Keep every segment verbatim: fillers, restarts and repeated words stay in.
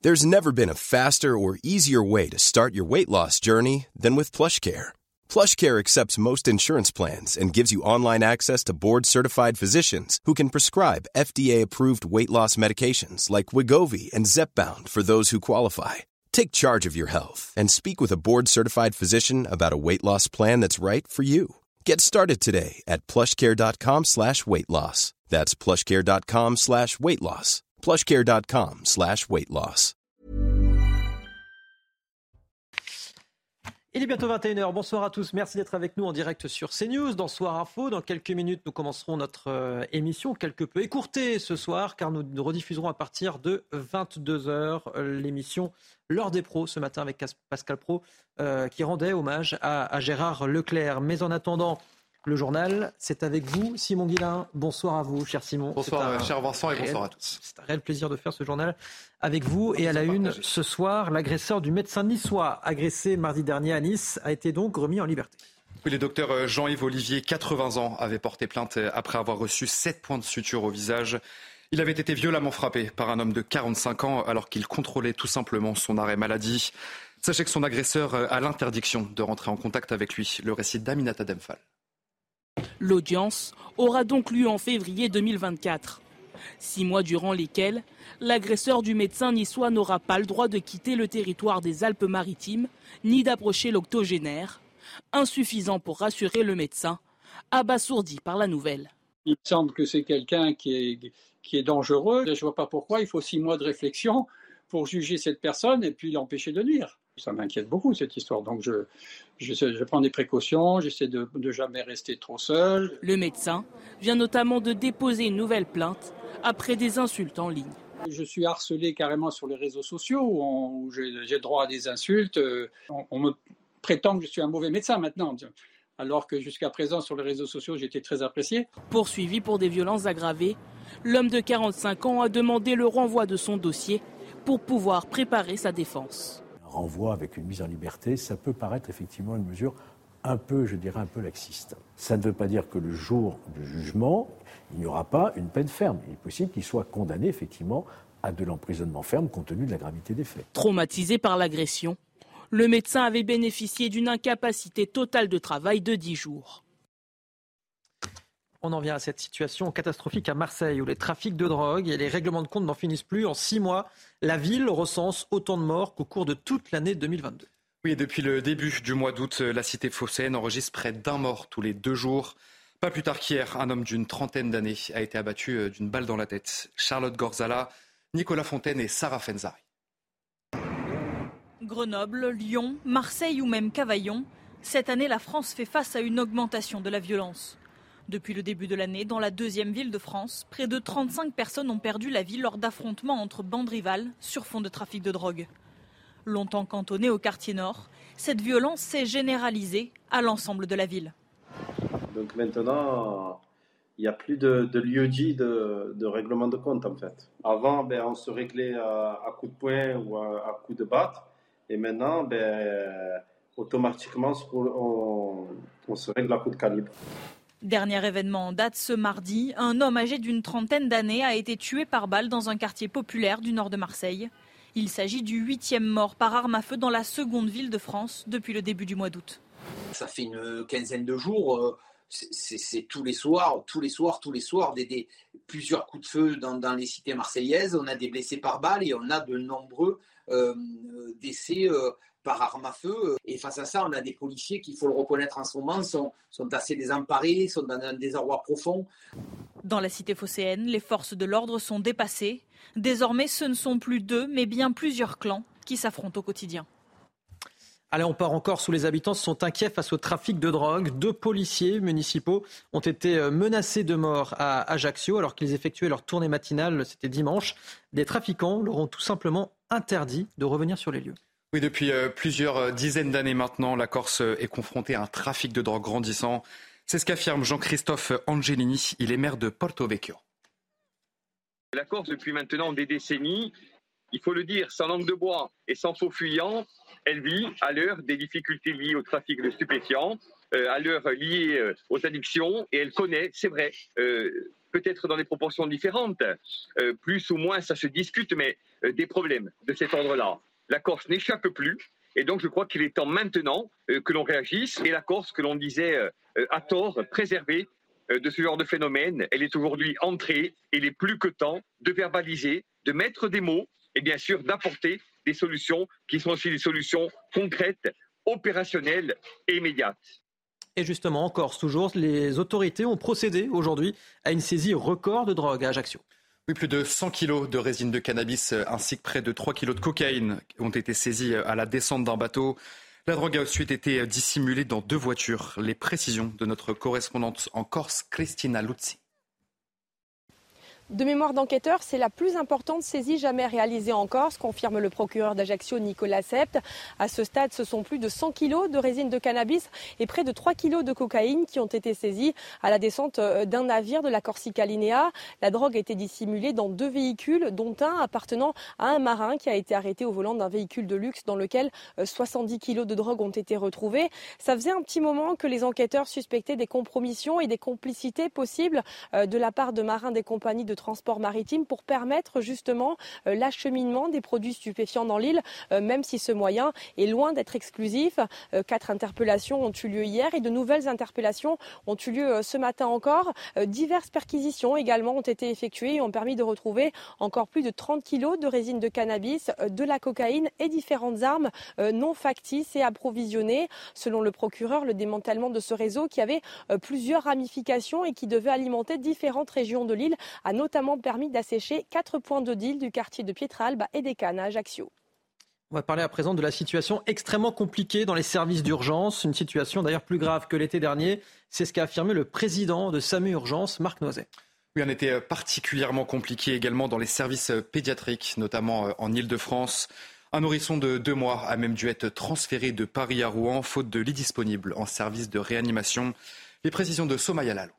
There's never been a faster or easier way to start your weight loss journey than with PlushCare. PlushCare accepts most insurance plans and gives you online access to board-certified physicians who can prescribe F D A-approved weight loss medications like Wegovy and Zepbound for those who qualify. Take charge of your health and speak with a board-certified physician about a weight loss plan that's right for you. Get started today at plushcare.com slash weight loss. That's plushcare.com slash weight loss. plushcare.com slash weight loss. Il est bientôt vingt et une heures. Bonsoir à tous. Merci d'être avec nous en direct sur CNews dans Soir Info. Dans quelques minutes, nous commencerons notre euh, émission quelque peu écourtée ce soir car nous, nous rediffuserons à partir de vingt-deux heures euh, l'émission L'heure des pros ce matin avec Pascal Praud euh, qui rendait hommage à, à Gérard Leclerc. Mais en attendant, le journal, c'est avec vous, Simon Guillain. Bonsoir à vous, cher Simon. Bonsoir, un, cher Vincent, et réel, bonsoir à tous. C'est un réel plaisir de faire ce journal avec vous. Et à la une, ce soir, l'agresseur du médecin niçois, agressé mardi dernier à Nice, a été donc remis en liberté. Oui, le docteur Jean-Yves Olivier, quatre-vingts ans, avait porté plainte après avoir reçu sept points de suture au visage. Il avait été violemment frappé par un homme de quarante-cinq ans alors qu'il contrôlait tout simplement son arrêt maladie. Sachez que son agresseur a l'interdiction de rentrer en contact avec lui. Le récit d'Aminata Demphal. L'audience aura donc lieu en février deux mille vingt-quatre. Six mois durant lesquels l'agresseur du médecin niçois n'aura pas le droit de quitter le territoire des Alpes-Maritimes ni d'approcher l'octogénaire. Insuffisant pour rassurer le médecin, abasourdi par la nouvelle. Il me semble que c'est quelqu'un qui est, qui est dangereux. Je ne vois pas pourquoi il faut six mois de réflexion pour juger cette personne et puis l'empêcher de nuire. Ça m'inquiète beaucoup cette histoire, donc je, je, je prends des précautions, j'essaie de ne jamais rester trop seul. Le médecin vient notamment de déposer une nouvelle plainte après des insultes en ligne. Je suis harcelé carrément sur les réseaux sociaux où, on, où j'ai, j'ai le droit à des insultes. On, on me prétend que je suis un mauvais médecin maintenant, alors que jusqu'à présent sur les réseaux sociaux j'étais très apprécié. Poursuivi pour des violences aggravées, l'homme de quarante-cinq ans a demandé le renvoi de son dossier pour pouvoir préparer sa défense. Renvoi avec une mise en liberté, ça peut paraître effectivement une mesure un peu, je dirais, un peu laxiste. Ça ne veut pas dire que le jour du jugement, il n'y aura pas une peine ferme. Il est possible qu'il soit condamné effectivement à de l'emprisonnement ferme compte tenu de la gravité des faits. Traumatisé par l'agression, le médecin avait bénéficié d'une incapacité totale de travail de dix jours. On en vient à cette situation catastrophique à Marseille où les trafics de drogue et les règlements de compte n'en finissent plus. En six mois, la ville recense autant de morts qu'au cours de toute l'année deux mille vingt-deux. Oui, et depuis le début du mois d'août, la cité phocéenne enregistre près d'un mort tous les deux jours. Pas plus tard qu'hier, un homme d'une trentaine d'années a été abattu d'une balle dans la tête. Charlotte Gorzala, Nicolas Fontaine et Sarah Fenzari. Grenoble, Lyon, Marseille ou même Cavaillon, cette année la France fait face à une augmentation de la violence. Depuis le début de l'année, dans la deuxième ville de France, près de trente-cinq personnes ont perdu la vie lors d'affrontements entre bandes rivales sur fond de trafic de drogue. Longtemps cantonnée au quartier nord, cette violence s'est généralisée à l'ensemble de la ville. Donc maintenant, il n'y a plus de, de lieu-dit de, de règlement de compte en fait. Avant, ben, on se réglait à, à coups de poing ou à, à coups de batte. Et maintenant, ben, automatiquement, on, on se règle à coups de calibre. Dernier événement en date ce mardi, un homme âgé d'une trentaine d'années a été tué par balle dans un quartier populaire du nord de Marseille. Il s'agit du huitième mort par arme à feu dans la seconde ville de France depuis le début du mois d'août. Ça fait une quinzaine de jours, euh, c'est, c'est, c'est tous les soirs, tous les soirs, tous les soirs, des, des, plusieurs coups de feu dans, dans les cités marseillaises. On a des blessés par balle et on a de nombreux euh, décès euh, par arme à feu. Et face à ça, on a des policiers qui, il faut le reconnaître en ce moment, sont, sont assez désemparés, sont dans un désarroi profond. Dans la cité phocéenne, les forces de l'ordre sont dépassées. Désormais, ce ne sont plus deux, mais bien plusieurs clans qui s'affrontent au quotidien. Allez, on part encore sous les habitants sont inquiets face au trafic de drogue. Deux policiers municipaux ont été menacés de mort à Ajaccio alors qu'ils effectuaient leur tournée matinale, c'était dimanche. Des trafiquants leur ont tout simplement interdit de revenir sur les lieux. Oui, depuis euh, plusieurs dizaines d'années maintenant, la Corse est confrontée à un trafic de drogue grandissant. C'est ce qu'affirme Jean-Christophe Angelini, il est maire de Porto Vecchio. La Corse, depuis maintenant des décennies, il faut le dire, sans langue de bois et sans faux fuyant, elle vit à l'heure des difficultés liées au trafic de stupéfiants, euh, à l'heure liées euh, aux addictions, et elle connaît, c'est vrai, euh, peut-être dans des proportions différentes, euh, plus ou moins ça se discute, mais euh, des problèmes de cet ordre-là. La Corse n'échappe plus. Et donc, je crois qu'il est temps maintenant euh, que l'on réagisse. Et la Corse, que l'on disait euh, à tort, préservée euh, de ce genre de phénomène, elle est aujourd'hui entrée. Et il est plus que temps de verbaliser, de mettre des mots et bien sûr d'apporter des solutions qui sont aussi des solutions concrètes, opérationnelles et immédiates. Et justement, en Corse, toujours, les autorités ont procédé aujourd'hui à une saisie record de drogue à Ajaccio. Oui, plus de cent kilos de résine de cannabis ainsi que près de trois kilos de cocaïne ont été saisis à la descente d'un bateau. La drogue a ensuite été dissimulée dans deux voitures. Les précisions de notre correspondante en Corse, Cristina Luzzi. De mémoire d'enquêteur, c'est la plus importante saisie jamais réalisée en Corse, confirme le procureur d'Ajaccio Nicolas Sept. À ce stade, ce sont plus de cent kilos de résine de cannabis et près de trois kilos de cocaïne qui ont été saisis à la descente d'un navire de la Corsica Linea. La drogue a été dissimulée dans deux véhicules, dont un appartenant à un marin qui a été arrêté au volant d'un véhicule de luxe dans lequel soixante-dix kilos de drogue ont été retrouvés. Ça faisait un petit moment que les enquêteurs suspectaient des compromissions et des complicités possibles de la part de marins des compagnies de transport maritime pour permettre justement euh, l'acheminement des produits stupéfiants dans l'île, euh, même si ce moyen est loin d'être exclusif. Euh, quatre interpellations ont eu lieu hier et de nouvelles interpellations ont eu lieu euh, ce matin encore. Euh, diverses perquisitions également ont été effectuées et ont permis de retrouver encore plus de trente kilos de résine de cannabis, euh, de la cocaïne et différentes armes euh, non factices et approvisionnées. Selon le procureur, le démantèlement de ce réseau qui avait euh, plusieurs ramifications et qui devait alimenter différentes régions de l'île a notamment permis d'assécher quatre points de deal du quartier de Pietralba et des Cannes à Ajaccio. On va parler à présent de la situation extrêmement compliquée dans les services d'urgence, une situation d'ailleurs plus grave que l'été dernier. C'est ce qu'a affirmé le président de SAMU Urgence, Marc Noiset. Oui, on était particulièrement compliqué également dans les services pédiatriques, notamment en Île-de-France. Un nourrisson de deux mois a même dû être transféré de Paris à Rouen, faute de lits disponibles en service de réanimation. Les précisions de Somaya Lalo.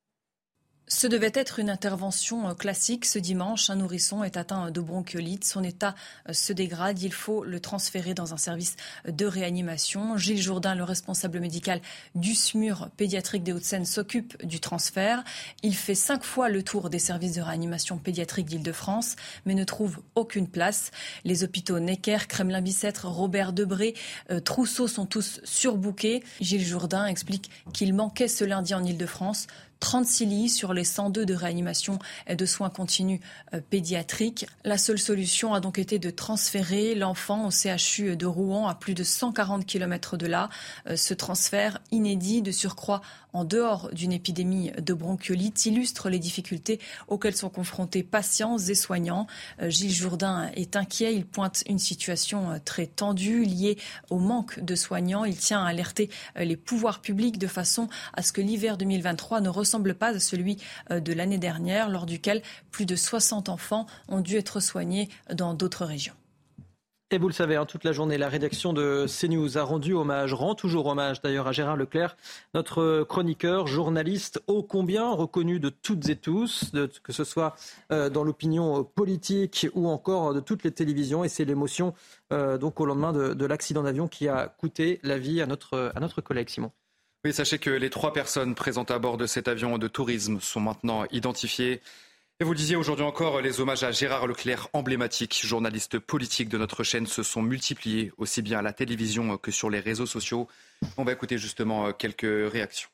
Ce devait être une intervention classique. Ce dimanche, un nourrisson est atteint de bronchiolite. Son état se dégrade. Il faut le transférer dans un service de réanimation. Gilles Jourdain, le responsable médical du SMUR pédiatrique des Hauts-de-Seine, s'occupe du transfert. Il fait cinq fois le tour des services de réanimation pédiatrique d'Île-de-France, mais ne trouve aucune place. Les hôpitaux Necker, Kremlin-Bicêtre, Robert Debré, euh, Trousseau sont tous surbookés. Gilles Jourdain explique qu'il manquait ce lundi en Île-de-France trente-six lits sur les cent deux de réanimation et de soins continus euh, pédiatriques. La seule solution a donc été de transférer l'enfant au C H U de Rouen, à plus de cent quarante kilomètres de là. Euh, ce transfert inédit, de surcroît en dehors d'une épidémie de bronchiolite, illustre les difficultés auxquelles sont confrontés patients et soignants. Euh, Gilles Jourdain est inquiet. Il pointe une situation euh, très tendue liée au manque de soignants. Il tient à alerter euh, les pouvoirs publics de façon à ce que l'hiver deux mille vingt-trois ne ressemble pas à celui de l'année dernière, lors duquel plus de soixante enfants ont dû être soignés dans d'autres régions. Et vous le savez, hein, toute la journée, la rédaction de CNews a rendu hommage, rend toujours hommage d'ailleurs à Gérard Leclerc, notre chroniqueur, journaliste ô combien reconnu de toutes et tous, de, que ce soit euh, dans l'opinion politique ou encore de toutes les télévisions. Et c'est l'émotion euh, donc au lendemain de, de l'accident d'avion qui a coûté la vie à notre, à notre collègue Simon. Oui, sachez que les trois personnes présentes à bord de cet avion de tourisme sont maintenant identifiées. Et vous le disiez, aujourd'hui encore, les hommages à Gérard Leclerc, emblématique journaliste politique de notre chaîne, se sont multipliés aussi bien à la télévision que sur les réseaux sociaux. On va écouter justement quelques réactions.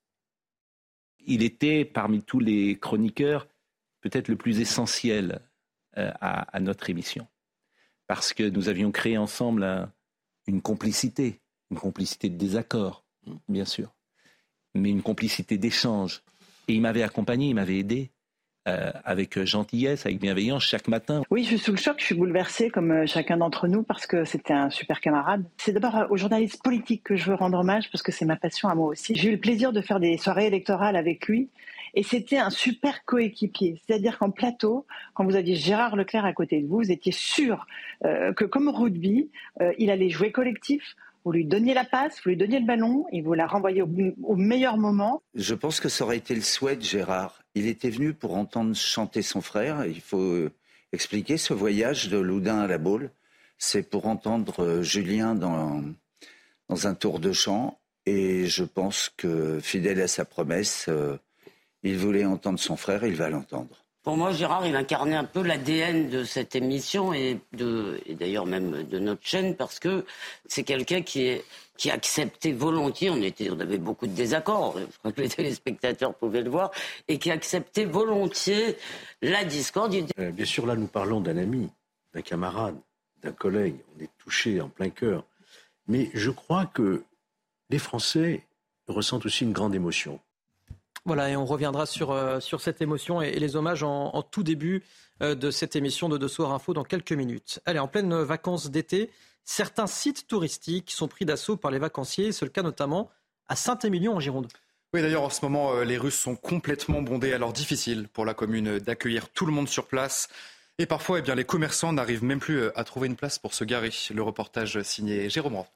Il était, parmi tous les chroniqueurs, peut-être le plus essentiel à, à notre émission. Parce que nous avions créé ensemble un, une complicité, une complicité de désaccord, bien sûr, mais une complicité d'échange. Et il m'avait accompagné, il m'avait aidé. Euh, avec gentillesse, avec bienveillance, chaque matin. Oui, je suis sous le choc, je suis bouleversée comme euh, chacun d'entre nous parce que c'était un super camarade. C'est d'abord euh, aux journalistes politiques que je veux rendre hommage parce que c'est ma passion à moi aussi. J'ai eu le plaisir de faire des soirées électorales avec lui et c'était un super coéquipier. C'est-à-dire qu'en plateau, quand vous aviez Gérard Leclerc à côté de vous, vous étiez sûr euh, que comme au rugby, euh, il allait jouer collectif. Vous lui donniez la passe, vous lui donniez le ballon et vous la renvoyez au, au meilleur moment. Je pense que ça aurait été le souhait de Gérard. Il était venu pour entendre chanter son frère. Il faut expliquer ce voyage de Loudun à La Baule. C'est pour entendre Julien dans, dans un tour de chant. Et je pense que, fidèle à sa promesse, euh, il voulait entendre son frère, il va l'entendre. Pour moi, Gérard, il incarnait un peu l'A D N de cette émission et, de, et d'ailleurs même de notre chaîne, parce que c'est quelqu'un qui, est, qui acceptait volontiers, on, était, on avait beaucoup de désaccords, je crois que les téléspectateurs pouvaient le voir, et qui acceptait volontiers la discorde. Euh, bien sûr, là, nous parlons d'un ami, d'un camarade, d'un collègue. On est touché en plein cœur. Mais je crois que les Français ressentent aussi une grande émotion. Voilà, et on reviendra sur, euh, sur cette émotion et, et les hommages en, en tout début euh, de cette émission de Deux Soirs Info dans quelques minutes. Allez, en pleine vacances d'été, certains sites touristiques sont pris d'assaut par les vacanciers. C'est le cas notamment à Saint-Émilion en Gironde. Oui, d'ailleurs, en ce moment, euh, les Russes sont complètement bondés. Alors difficile pour la commune d'accueillir tout le monde sur place. Et parfois, eh bien, les commerçants n'arrivent même plus à trouver une place pour se garer. Le reportage signé Jérôme Roy.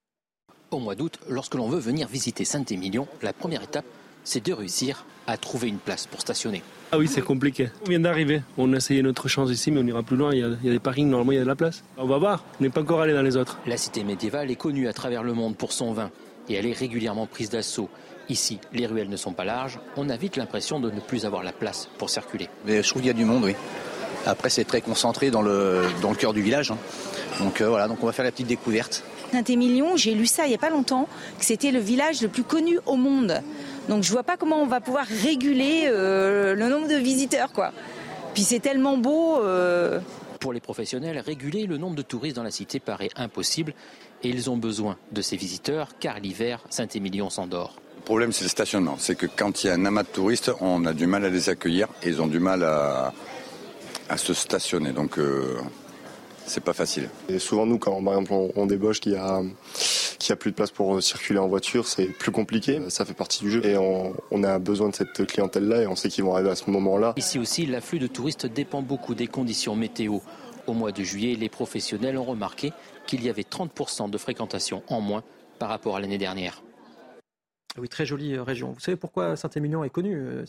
Au mois d'août, lorsque l'on veut venir visiter Saint-Émilion, la première étape, c'est de réussir à trouver une place pour stationner. Ah oui, c'est compliqué. On vient d'arriver. On a essayé notre chance ici, mais on ira plus loin. Il y a, il y a des parkings, normalement, il y a de la place. On va voir. On n'est pas encore allé dans les autres. La cité médiévale est connue à travers le monde pour son vin et elle est régulièrement prise d'assaut. Ici, les ruelles ne sont pas larges. On a vite l'impression de ne plus avoir la place pour circuler. Mais je trouve qu'il y a du monde, oui. Après, c'est très concentré dans le, dans le cœur du village. Hein. Donc euh, voilà, donc on va faire la petite découverte. Saint-Émilion, j'ai lu ça il n'y a pas longtemps, que c'était le village le plus connu au monde. Donc je vois pas comment on va pouvoir réguler euh, le nombre de visiteurs, quoi. Puis c'est tellement beau. Euh... Pour les professionnels, réguler le nombre de touristes dans la cité paraît impossible et ils ont besoin de ces visiteurs car l'hiver, Saint-Émilion s'endort. Le problème, c'est le stationnement. C'est que quand il y a un amas de touristes, on a du mal à les accueillir et ils ont du mal à, à se stationner. Donc euh, c'est pas facile. Et souvent, nous, quand par exemple on, on débauche qu'il y a qu'il y a plus de place pour circuler en voiture, c'est plus compliqué. Ça fait partie du jeu et on, on a besoin de cette clientèle-là et on sait qu'ils vont arriver à ce moment-là. Ici aussi, l'afflux de touristes dépend beaucoup des conditions météo. Au mois de juillet, les professionnels ont remarqué qu'il y avait trente pour cent de fréquentation en moins par rapport à l'année dernière. Oui, très jolie région. Vous savez pourquoi Saint-Émilion est connu, Simon ?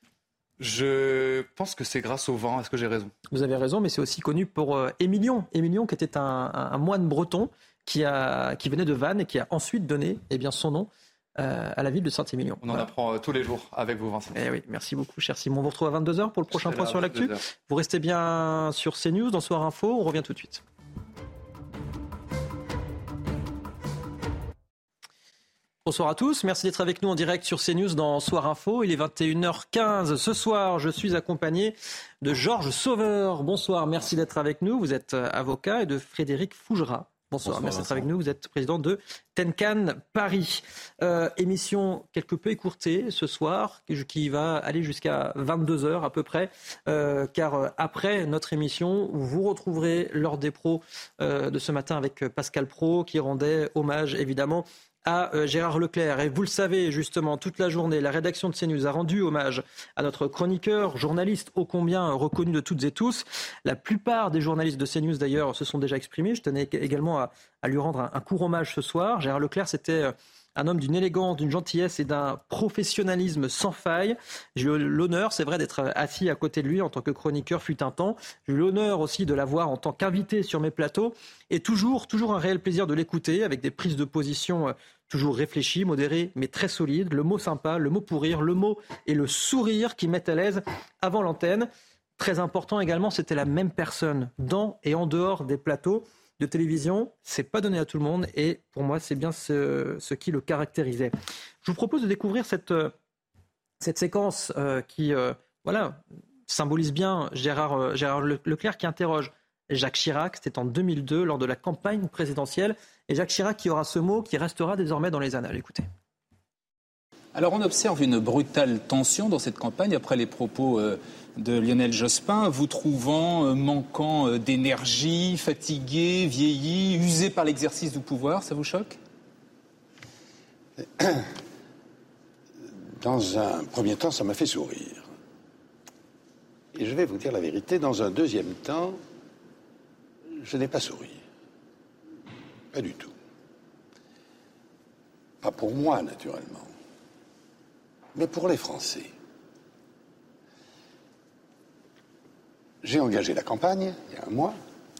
Je pense que c'est grâce au vin. Est-ce que j'ai raison ? Vous avez raison, mais c'est aussi connu pour euh, Émilion. Émilion, qui était un, un, un moine breton qui, a, qui venait de Vannes et qui a ensuite donné eh bien, son nom euh, à la ville de Saint-Émilion. On en voilà. apprend euh, tous les jours avec vous, Vincent. Eh oui, merci beaucoup, cher Simon. On vous retrouve à vingt-deux heures pour le prochain point sur l'actu. Vous restez bien sur CNews dans Soir Info. On revient tout de suite. Bonsoir à tous, merci d'être avec nous en direct sur CNews dans Soir Info. Il est vingt et une heures quinze. Ce soir, je suis accompagné de Georges Sauveur. Bonsoir, merci d'être avec nous. Vous êtes avocat et de Frédéric Fougera. Bonsoir, Bonsoir merci d'être avec nous. Vous êtes président de Tenkan Paris. Euh, émission quelque peu écourtée ce soir, qui va aller jusqu'à vingt-deux heures à peu près, euh, car après notre émission, vous retrouverez l'heure des pros euh, de ce matin avec Pascal Praud, qui rendait hommage évidemment à Gérard Leclerc. Et vous le savez, justement, toute la journée, la rédaction de CNews a rendu hommage à notre chroniqueur, journaliste ô combien reconnu de toutes et tous. La plupart des journalistes de CNews, d'ailleurs, se sont déjà exprimés. Je tenais également à, à lui rendre un, un court hommage ce soir. Gérard Leclerc, c'était un homme d'une élégance, d'une gentillesse et d'un professionnalisme sans faille. J'ai eu l'honneur, c'est vrai, d'être assis à côté de lui en tant que chroniqueur fut un temps. J'ai eu l'honneur aussi de l'avoir en tant qu'invité sur mes plateaux. Et toujours, toujours un réel plaisir de l'écouter avec des prises de position toujours réfléchies, modérées, mais très solides. Le mot sympa, le mot pour rire, le mot et le sourire qui mettent à l'aise avant l'antenne. Très important également, c'était la même personne dans et en dehors des plateaux de télévision. C'est pas donné à tout le monde et pour moi, c'est bien ce, ce qui le caractérisait. Je vous propose de découvrir cette, cette séquence euh, qui euh, voilà, symbolise bien Gérard, euh, Gérard Leclerc qui interroge Jacques Chirac. C'était en deux mille deux lors de la campagne présidentielle. Et Jacques Chirac qui aura ce mot qui restera désormais dans les annales. Écoutez. Alors on observe une brutale tension dans cette campagne après les propos euh, de Lionel Jospin, vous trouvant euh, manquant euh, d'énergie, fatigué, vieilli, usé par l'exercice du pouvoir. Ça vous choque ? Dans un premier temps, ça m'a fait sourire. Et je vais vous dire la vérité, dans un deuxième temps, je n'ai pas souri. Pas du tout. Pas pour moi, naturellement. Mais pour les Français. J'ai engagé la campagne, il y a un mois.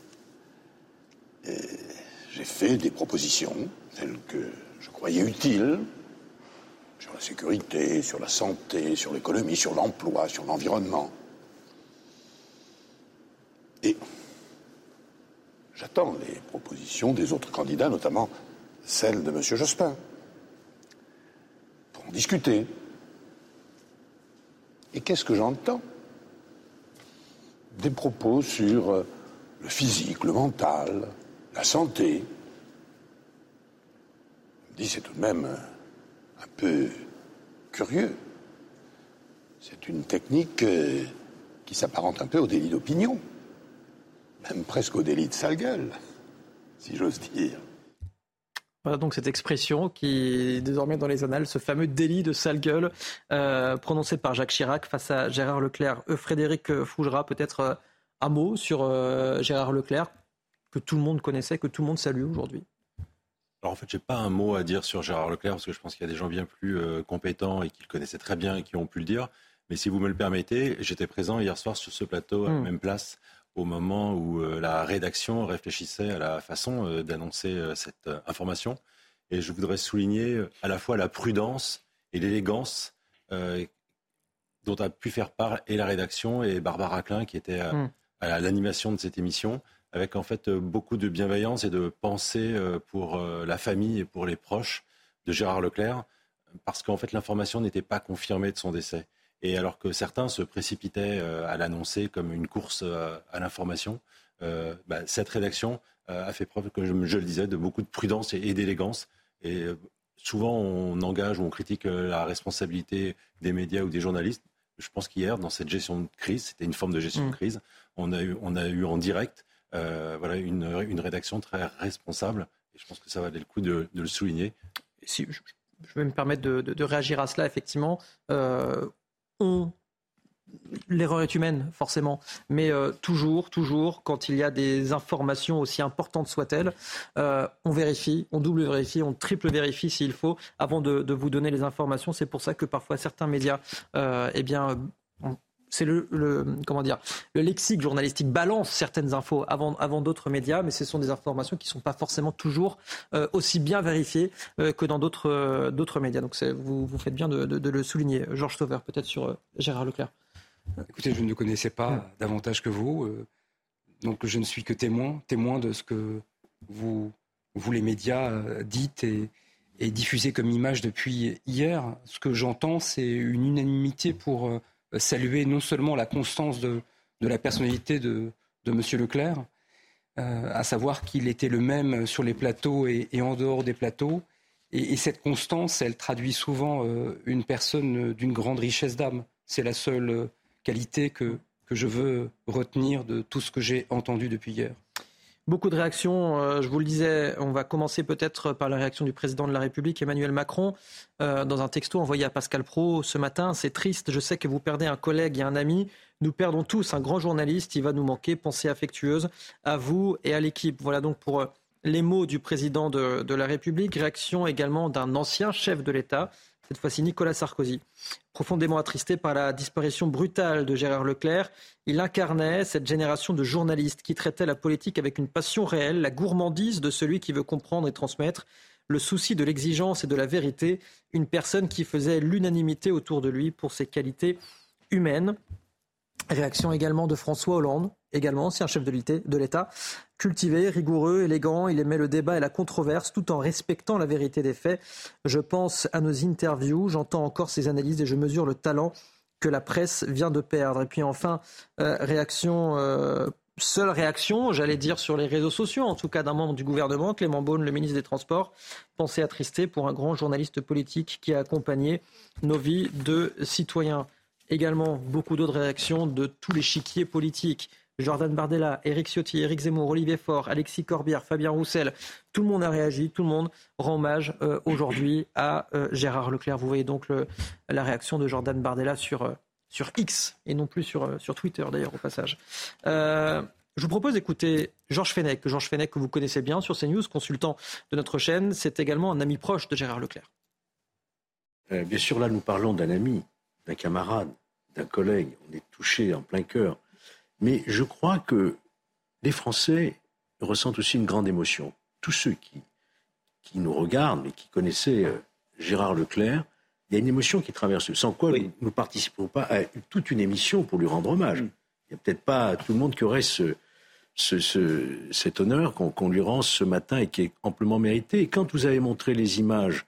Et j'ai fait des propositions, celles que je croyais utiles, sur la sécurité, sur la santé, sur l'économie, sur l'emploi, sur l'environnement. j'attends les propositions des autres candidats, notamment celle de M. Jospin, pour en discuter. Et qu'est-ce que j'entends ? Des propos sur le physique, le mental, la santé. Je me dis, c'est tout de même un peu curieux. C'est une technique qui s'apparente un peu au délit d'opinion, même presque au délit de sale gueule, si j'ose dire. Voilà donc cette expression qui est désormais dans les annales, ce fameux délit de sale gueule euh, prononcé par Jacques Chirac face à Gérard Leclerc. Euh, Frédéric Fougera, peut-être euh, un mot sur euh, Gérard Leclerc que tout le monde connaissait, que tout le monde salue aujourd'hui. Alors en fait, j'ai pas un mot à dire sur Gérard Leclerc parce que je pense qu'il y a des gens bien plus euh, compétents et qui le connaissaient très bien et qui ont pu le dire. Mais si vous me le permettez, j'étais présent hier soir sur ce plateau, à la mmh. même place, au moment où euh, la rédaction réfléchissait à la façon euh, d'annoncer euh, cette euh, information. Et je voudrais souligner euh, à la fois la prudence et l'élégance euh, dont a pu faire part et la rédaction et Barbara Klein qui était à, mmh. à l'animation de cette émission, avec en fait euh, beaucoup de bienveillance et de pensée euh, pour euh, la famille et pour les proches de Gérard Leclerc, parce qu'en fait l'information n'était pas confirmée de son décès. Et alors que certains se précipitaient à l'annoncer comme une course à l'information, euh, bah, cette rédaction a fait preuve, comme je, je le disais, de beaucoup de prudence et, et d'élégance. Et souvent, on engage ou on critique la responsabilité des médias ou des journalistes. Je pense qu'hier, dans cette gestion de crise, c'était une forme de gestion mmh. de crise, on a eu, on a eu en direct euh, voilà, une, une rédaction très responsable. Et je pense que ça valait le coup de, de le souligner. Si, je, je vais me permettre de, de, de réagir à cela, effectivement. Euh, On... L'erreur est humaine, forcément, mais euh, toujours, toujours, quand il y a des informations aussi importantes soient-elles, euh, on vérifie, on double vérifie, on triple vérifie s'il faut, avant de, de vous donner les informations. C'est pour ça que parfois certains médias, euh, eh bien, on, c'est le, le, comment dire, le lexique journalistique balance certaines infos avant, avant d'autres médias, mais ce sont des informations qui ne sont pas forcément toujours euh, aussi bien vérifiées euh, que dans d'autres, euh, d'autres médias. Donc c'est, vous, vous faites bien de, de, de le souligner. Georges Sauveur, peut-être sur euh, Gérard Leclerc. Écoutez, je ne le connaissais pas mmh. davantage que vous, euh, donc je ne suis que témoin, témoin de ce que vous, vous les médias, euh, dites et, et diffusez comme image depuis hier. Ce que j'entends, c'est une unanimité pour euh, saluer non seulement la constance de, de la personnalité de, de M. Leclerc, euh, à savoir qu'il était le même sur les plateaux et, et en dehors des plateaux. Et, et cette constance, elle traduit souvent euh, une personne d'une grande richesse d'âme. C'est la seule euh, qualité que, que je veux retenir de tout ce que j'ai entendu depuis hier. Beaucoup de réactions, euh, je vous le disais, on va commencer peut-être par la réaction du président de la République, Emmanuel Macron, euh, dans un texto envoyé à Pascal Praud ce matin. C'est triste, je sais que vous perdez un collègue et un ami. Nous perdons tous un grand journaliste, il va nous manquer. Pensée affectueuse à vous et à l'équipe. Voilà donc pour les mots du président de, de la République. Réaction également d'un ancien chef de l'État, cette fois-ci Nicolas Sarkozy. Profondément attristé par la disparition brutale de Gérard Leclerc, il incarnait cette génération de journalistes qui traitaient la politique avec une passion réelle, la gourmandise de celui qui veut comprendre et transmettre, le souci de l'exigence et de la vérité, une personne qui faisait l'unanimité autour de lui pour ses qualités humaines. Réaction également de François Hollande, également ancien chef de l'État, cultivé, rigoureux, élégant, il aimait le débat et la controverse tout en respectant la vérité des faits. Je pense à nos interviews, j'entends encore ses analyses et je mesure le talent que la presse vient de perdre. Et puis enfin, euh, réaction, euh, seule réaction, j'allais dire sur les réseaux sociaux, en tout cas d'un membre du gouvernement, Clément Beaune, le ministre des Transports, pensée attristée pour un grand journaliste politique qui a accompagné nos vies de citoyens. Également, beaucoup d'autres réactions de tous les chiquiers politiques. Jordan Bardella, Éric Ciotti, Éric Zemmour, Olivier Faure, Alexis Corbière, Fabien Roussel. Tout le monde a réagi, tout le monde rend hommage euh, aujourd'hui à euh, Gérard Leclerc. Vous voyez donc le, la réaction de Jordan Bardella sur, euh, sur X et non plus sur, euh, sur Twitter d'ailleurs au passage. Euh, je vous propose d'écouter Georges Fenech, Georges Fenech que vous connaissez bien sur CNews, consultant de notre chaîne. C'est également un ami proche de Gérard Leclerc. Euh, bien sûr, là nous parlons d'un ami, d'un camarade, d'un collègue. On est touché en plein cœur. Mais je crois que les Français ressentent aussi une grande émotion. Tous ceux qui, qui nous regardent et qui connaissaient euh, Gérard Leclerc, il y a une émotion qui traverse eux, sans quoi oui. nous ne participerons pas à toute une émission pour lui rendre hommage. Mm. Il n'y a peut-être pas tout le monde qui aurait ce, ce, ce, cet honneur qu'on, qu'on lui rend ce matin et qui est amplement mérité. Et quand vous avez montré les images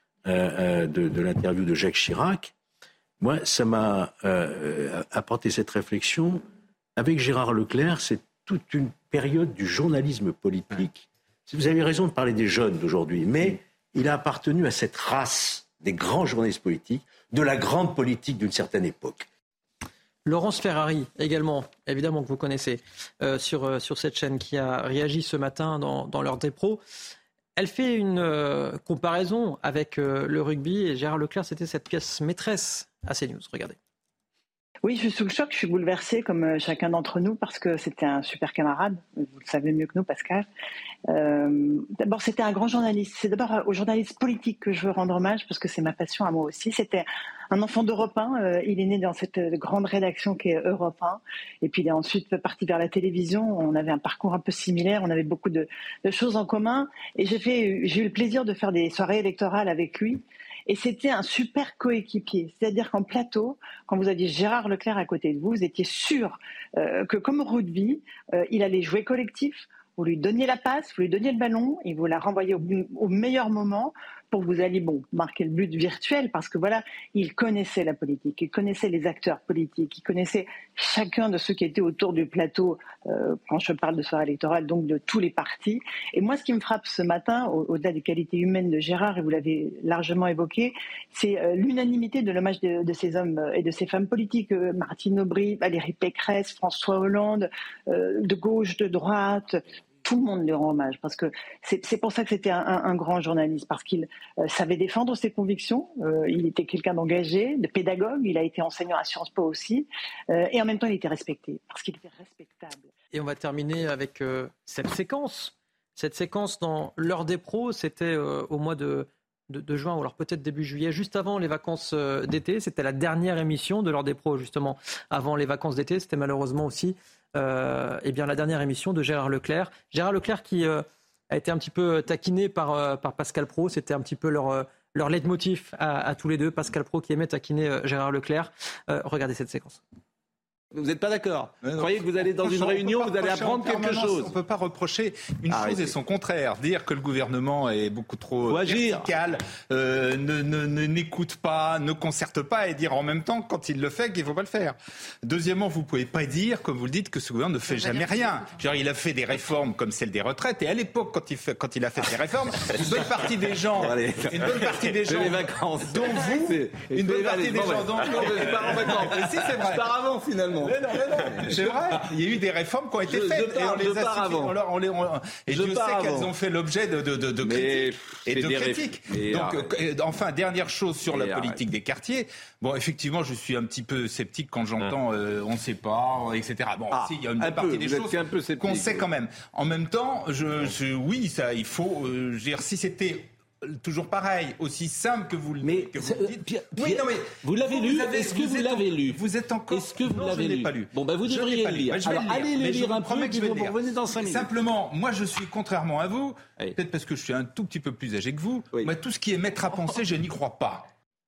euh, de, de l'interview de Jacques Chirac, moi, ça m'a euh, apporté cette réflexion. Avec Gérard Leclerc, c'est toute une période du journalisme politique. Vous avez raison de parler des jeunes d'aujourd'hui, mais il a appartenu à cette race des grands journalistes politiques, de la grande politique d'une certaine époque. Laurence Ferrari, également, évidemment que vous connaissez, euh, sur, euh, sur cette chaîne, qui a réagi ce matin dans, dans l'heure des pros. Elle fait une euh, comparaison avec euh, le rugby, et Gérard Leclerc, c'était cette pièce maîtresse à CNews. Regardez. Oui, je suis sous le choc, je suis bouleversée comme chacun d'entre nous parce que c'était un super camarade, vous le savez mieux que nous, Pascal. Euh, d'abord, c'était un grand journaliste. C'est d'abord aux journalistes politiques que je veux rendre hommage parce que c'est ma passion à moi aussi. C'était un enfant d'Europe un, euh, il est né dans cette grande rédaction qui est Europe un et puis il est ensuite parti vers la télévision. On avait un parcours un peu similaire, on avait beaucoup de, de choses en commun et j'ai, fait, j'ai eu le plaisir de faire des soirées électorales avec lui. Et c'était un super coéquipier. C'est-à-dire qu'en plateau, quand vous aviez Gérard Leclerc à côté de vous, vous étiez sûr euh, que comme au rugby, euh, il allait jouer collectif, vous lui donniez la passe, vous lui donniez le ballon, et vous la renvoyez au, au meilleur moment pour que vous alliez bon, marquer le but virtuel, parce que voilà, il connaissait la politique, il connaissait les acteurs politiques, il connaissait chacun de ceux qui étaient autour du plateau, euh, quand je parle de soirée électorale, donc de tous les partis. Et moi, ce qui me frappe ce matin, au- au-delà des qualités humaines de Gérard, et vous l'avez largement évoqué, c'est euh, l'unanimité de l'hommage de, de ces hommes et de ces femmes politiques, euh, Martine Aubry, Valérie Pécresse, François Hollande, euh, de gauche, de droite. Tout le monde lui rend hommage parce que c'est, c'est pour ça que c'était un, un, un grand journaliste, parce qu'il euh, savait défendre ses convictions, euh, il était quelqu'un d'engagé, de pédagogue, il a été enseignant à Sciences Po aussi, euh, et en même temps il était respecté, parce qu'il était respectable. Et on va terminer avec euh, cette séquence. Cette séquence dans l'heure des pros, c'était euh, au mois de, de, de juin, ou alors peut-être début juillet, juste avant les vacances euh, d'été. C'était la dernière émission de l'heure des pros, justement, avant les vacances d'été. C'était malheureusement aussi euh, eh bien, la dernière émission de Gérard Leclerc. Gérard Leclerc qui euh, a été un petit peu taquiné par, euh, par Pascal Praud. C'était un petit peu leur, euh, leur leitmotiv à, à tous les deux. Pascal Praud qui aimait taquiner euh, Gérard Leclerc. Euh, regardez cette séquence. Vous n'êtes pas d'accord? Vous non, croyez que vous allez dans une on réunion, peut vous allez reprocher apprendre en quelque permanence, chose? On ne peut pas reprocher une Arrêtez. chose et son contraire. Dire que le gouvernement est beaucoup trop Faut agir. vertical, euh, ne, ne, ne- n'écoute pas, ne concerte pas, et dire en même temps, quand il le fait, qu'il ne faut pas le faire. Deuxièmement, vous ne pouvez pas dire, comme vous le dites, que ce gouvernement ne fait jamais rien. Genre, il a fait des réformes comme celle des retraites, et à l'époque, quand il, fait, quand il a fait ces réformes, une bonne partie des gens, Allez. une bonne partie des Fais gens, les vacances. dont vous, C'est- une bonne Allez, partie des bon, gens, ouais. dont Non, mais je pars en vacances. Mais si, c'est vrai. Je pars avant, finalement. Mais non, mais non, c'est vrai. Il y a eu des réformes qui ont été Je- je faites pars- et on les je a pars suffi- avant. on leur- on les- on- et Je Dieu pars sait qu'elles avant. ont fait l'objet de, de, de, de Mais, critiques et c'est de des critiques. réf- mais Donc, arrête. euh, enfin, dernière chose sur Mais la arrête. politique des quartiers. Bon, effectivement, je suis un petit peu sceptique quand j'entends euh, on ne sait pas, et cetera. Bon, Ah, si, il y a une un bonne partie peu, des vous êtes choses qu'un peu sceptique, qu'on sait oui. quand même. En même temps, je, je- oui, ça, il faut. euh, je veux dire, si c'était toujours pareil, aussi simple que vous le Mais que vous c'est- le dites. Pierre- oui, Pierre, non, mais vous l'avez lu Est-ce que vous êtes en- l'avez lu Vous êtes encore. Est-ce que vous Non, l'avez je l'ai lu pas lu. Bon, ben, vous Je devriez l'ai pas le lu. lire. Ben, je vais Alors, allez le mais je lire vous un promets peu, que puis je vais vous le lire. revenez dans cinq minutes. Simplement, moi, je suis contrairement à vous, Oui. peut-être parce que je suis un tout petit peu plus âgé que vous. Oui. Moi, tout ce qui est mettre à penser, je n'y crois pas.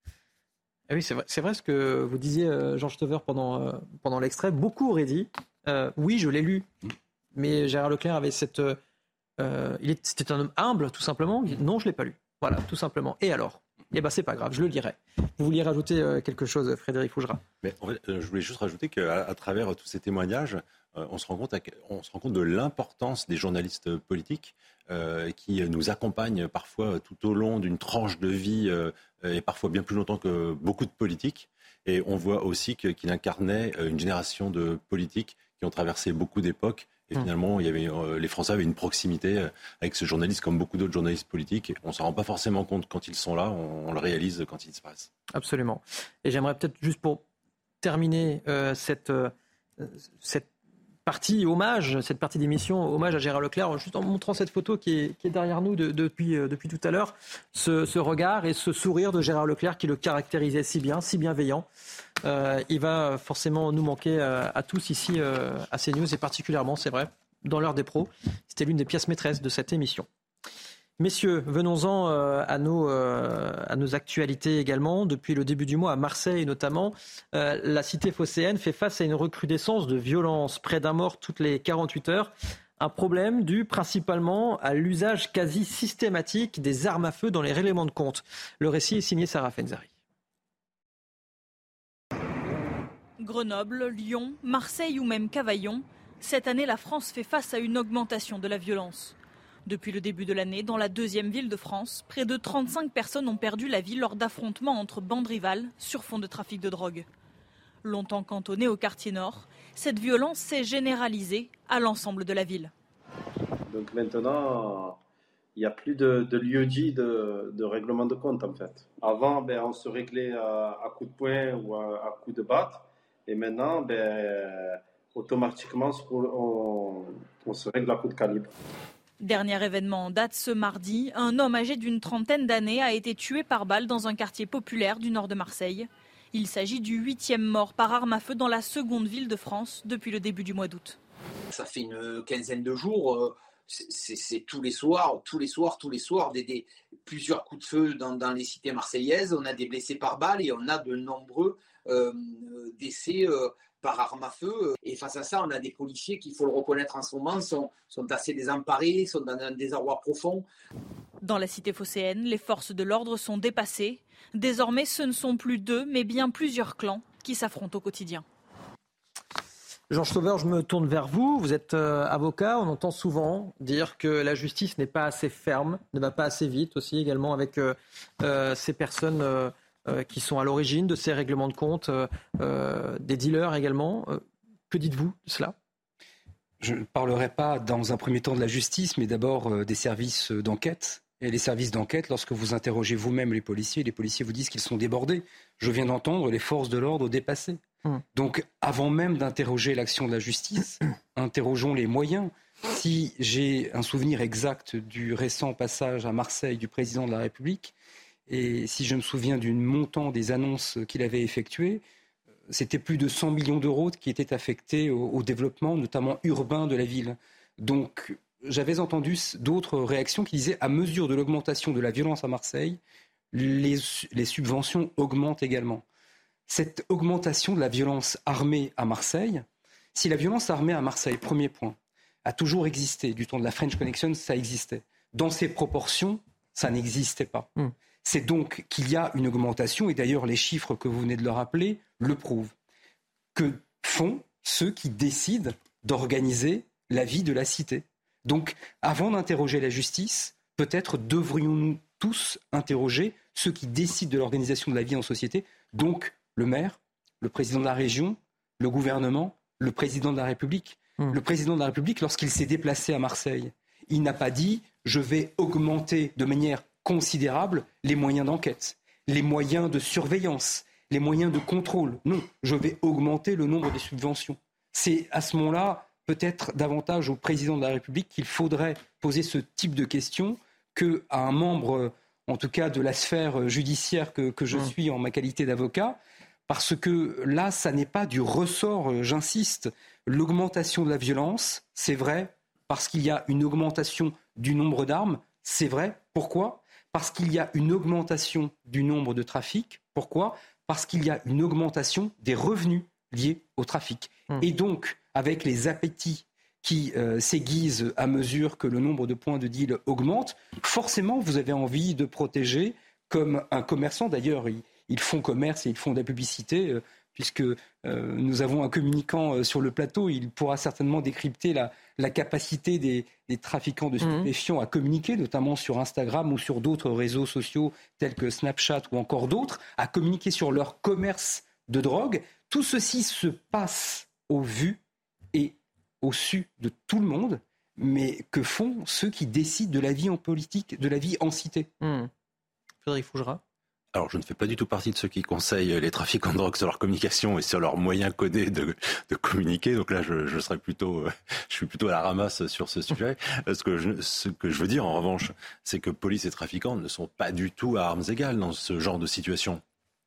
Ah oui, c'est vrai, c'est vrai ce que vous disiez, euh, Jean Stover, pendant, euh, pendant l'extrait. Beaucoup auraient dit, euh, oui, je l'ai lu, mais Gérard Leclerc avait cette... euh, euh, il est, c'était un homme humble, tout simplement. Il dit, non, je ne l'ai pas lu. Voilà, tout simplement. Et alors? Eh bien, c'est pas grave, je le lirai. Vous vouliez rajouter euh, quelque chose, Frédéric Fougera? Mais en fait, euh, je voulais juste rajouter qu'à à travers tous ces témoignages, euh, on, se rend compte à, on se rend compte de l'importance des journalistes politiques euh, qui nous accompagnent parfois tout au long d'une tranche de vie euh, et parfois bien plus longtemps que beaucoup de politiques. Et on voit aussi que, qu'il incarnait une génération de politiques qui ont traversé beaucoup d'époques. Et finalement, il y avait, euh, les Français avaient une proximité euh, avec ce journaliste, comme beaucoup d'autres journalistes politiques. On ne s'en rend pas forcément compte quand ils sont là, on, on le réalise quand ils disparaissent. Absolument. Et j'aimerais peut-être, juste pour terminer euh, cette, euh, cette partie hommage, cette partie d'émission hommage à Gérard Leclerc, juste en montrant cette photo qui est, qui est derrière nous de, de, depuis, euh, depuis tout à l'heure, ce, ce regard et ce sourire de Gérard Leclerc qui le caractérisait si bien, si bienveillant. Euh, il va forcément nous manquer euh, à tous ici euh, à CNews, et particulièrement, c'est vrai, dans l'heure des pros. C'était l'une des pièces maîtresses de cette émission. Messieurs, venons-en euh, à, nos, euh, à nos actualités également. Depuis le début du mois, à Marseille notamment, euh, la cité phocéenne fait face à une recrudescence de violence. Près d'un mort toutes les quarante-huit heures. Un problème dû principalement à l'usage quasi systématique des armes à feu dans les règlements de compte. Le récit est signé Sarah Fenzari. Grenoble, Lyon, Marseille ou même Cavaillon, cette année la France fait face à une augmentation de la violence. Depuis le début de l'année, dans la deuxième ville de France, près de trente-cinq personnes ont perdu la vie lors d'affrontements entre bandes rivales sur fond de trafic de drogue. Longtemps cantonnée au quartier nord, cette violence s'est généralisée à l'ensemble de la ville. Donc maintenant, il n'y a plus de, de lieu dit de, de règlement de compte en fait. Avant, ben, on se réglait à, à coups de poing ou à, à coups de batte. Et maintenant, ben, automatiquement, on, on se règle à coups de calibre. Dernier événement en date ce mardi, un homme âgé d'une trentaine d'années a été tué par balle dans un quartier populaire du nord de Marseille. Il s'agit du huitième mort par arme à feu dans la seconde ville de France depuis le début du mois d'août. Ça fait une quinzaine de jours, c'est, c'est, c'est tous les soirs, tous les soirs, tous les soirs, des, des, plusieurs coups de feu dans, dans les cités marseillaises. On a des blessés par balle et on a de nombreux euh, décès euh, par arme à feu. Et face à ça, on a des policiers qui, il faut le reconnaître en ce moment, sont, sont assez désemparés, sont dans un désarroi profond. Dans la cité phocéenne, les forces de l'ordre sont dépassées. Désormais, ce ne sont plus deux, mais bien plusieurs clans qui s'affrontent au quotidien. Georges Sauveur, je me tourne vers vous. Vous êtes euh, avocat. On entend souvent dire que la justice n'est pas assez ferme, ne va pas assez vite aussi également avec euh, euh, ces personnes euh, euh, qui sont à l'origine de ces règlements de compte, euh, euh, des dealers également. Euh, que dites-vous de cela ? Je ne parlerai pas dans un premier temps de la justice, mais d'abord euh, des services d'enquête. Et les services d'enquête, lorsque vous interrogez vous-même les policiers, les policiers vous disent qu'ils sont débordés. Je viens d'entendre les forces de l'ordre dépassées. Hum. Donc, avant même d'interroger l'action de la justice, interrogeons les moyens. Si j'ai un souvenir exact du récent passage à Marseille du président de la République, et si je me souviens du montant des annonces qu'il avait effectuées, c'était plus de cent millions d'euros qui étaient affectés au, au développement, notamment urbain de la ville. Donc, j'avais entendu d'autres réactions qui disaient, à mesure de l'augmentation de la violence à Marseille, les, les subventions augmentent également. Cette augmentation de la violence armée à Marseille, si la violence armée à Marseille, premier point, a toujours existé, du temps de la French Connection, ça existait. Dans ces proportions, ça n'existait pas. Mmh. C'est donc qu'il y a une augmentation, et d'ailleurs les chiffres que vous venez de le rappeler le prouvent. Que font ceux qui décident d'organiser la vie de la cité ? Donc, avant d'interroger la justice, peut-être devrions-nous tous interroger ceux qui décident de l'organisation de la vie en société, donc le maire, le président de la région, le gouvernement, le président de la République. Mmh. Le président de la République, lorsqu'il s'est déplacé à Marseille, il n'a pas dit « je vais augmenter de manière considérable les moyens d'enquête, les moyens de surveillance, les moyens de contrôle ». Non, je vais augmenter le nombre des subventions. C'est à ce moment-là peut-être davantage au président de la République qu'il faudrait poser ce type de questions qu'à un membre, en tout cas de la sphère judiciaire que, que je suis en ma qualité d'avocat, parce que là, ça n'est pas du ressort, j'insiste. L'augmentation de la violence, c'est vrai, parce qu'il y a une augmentation du nombre d'armes, c'est vrai. Pourquoi ? Parce qu'il y a une augmentation du nombre de trafics. Pourquoi ? Parce qu'il y a une augmentation des revenus liés au trafic. Mmh. Et donc, avec les appétits qui euh, s'aiguisent à mesure que le nombre de points de deal augmente, forcément, vous avez envie de protéger, comme un commerçant. D'ailleurs, ils, ils font commerce et ils font de la publicité, euh, puisque euh, nous avons un communicant euh, sur le plateau. Il pourra certainement décrypter la, la capacité des, des trafiquants de stupéfiants mmh. à communiquer, notamment sur Instagram ou sur d'autres réseaux sociaux tels que Snapchat ou encore d'autres, à communiquer sur leur commerce de drogue. Tout ceci se passe au vu et au su de tout le monde, mais que font ceux qui décident de la vie en politique, de la vie en cité ? mmh. Frédéric Fougera. Alors, je ne fais pas du tout partie de ceux qui conseillent les trafiquants de drogue sur leur communication et sur leurs moyens codés de, de communiquer. Donc là, je, je serais plutôt, je suis plutôt à la ramasse sur ce sujet. Ce que je, ce que je veux dire, en revanche, c'est que police et trafiquants ne sont pas du tout à armes égales dans ce genre de situation.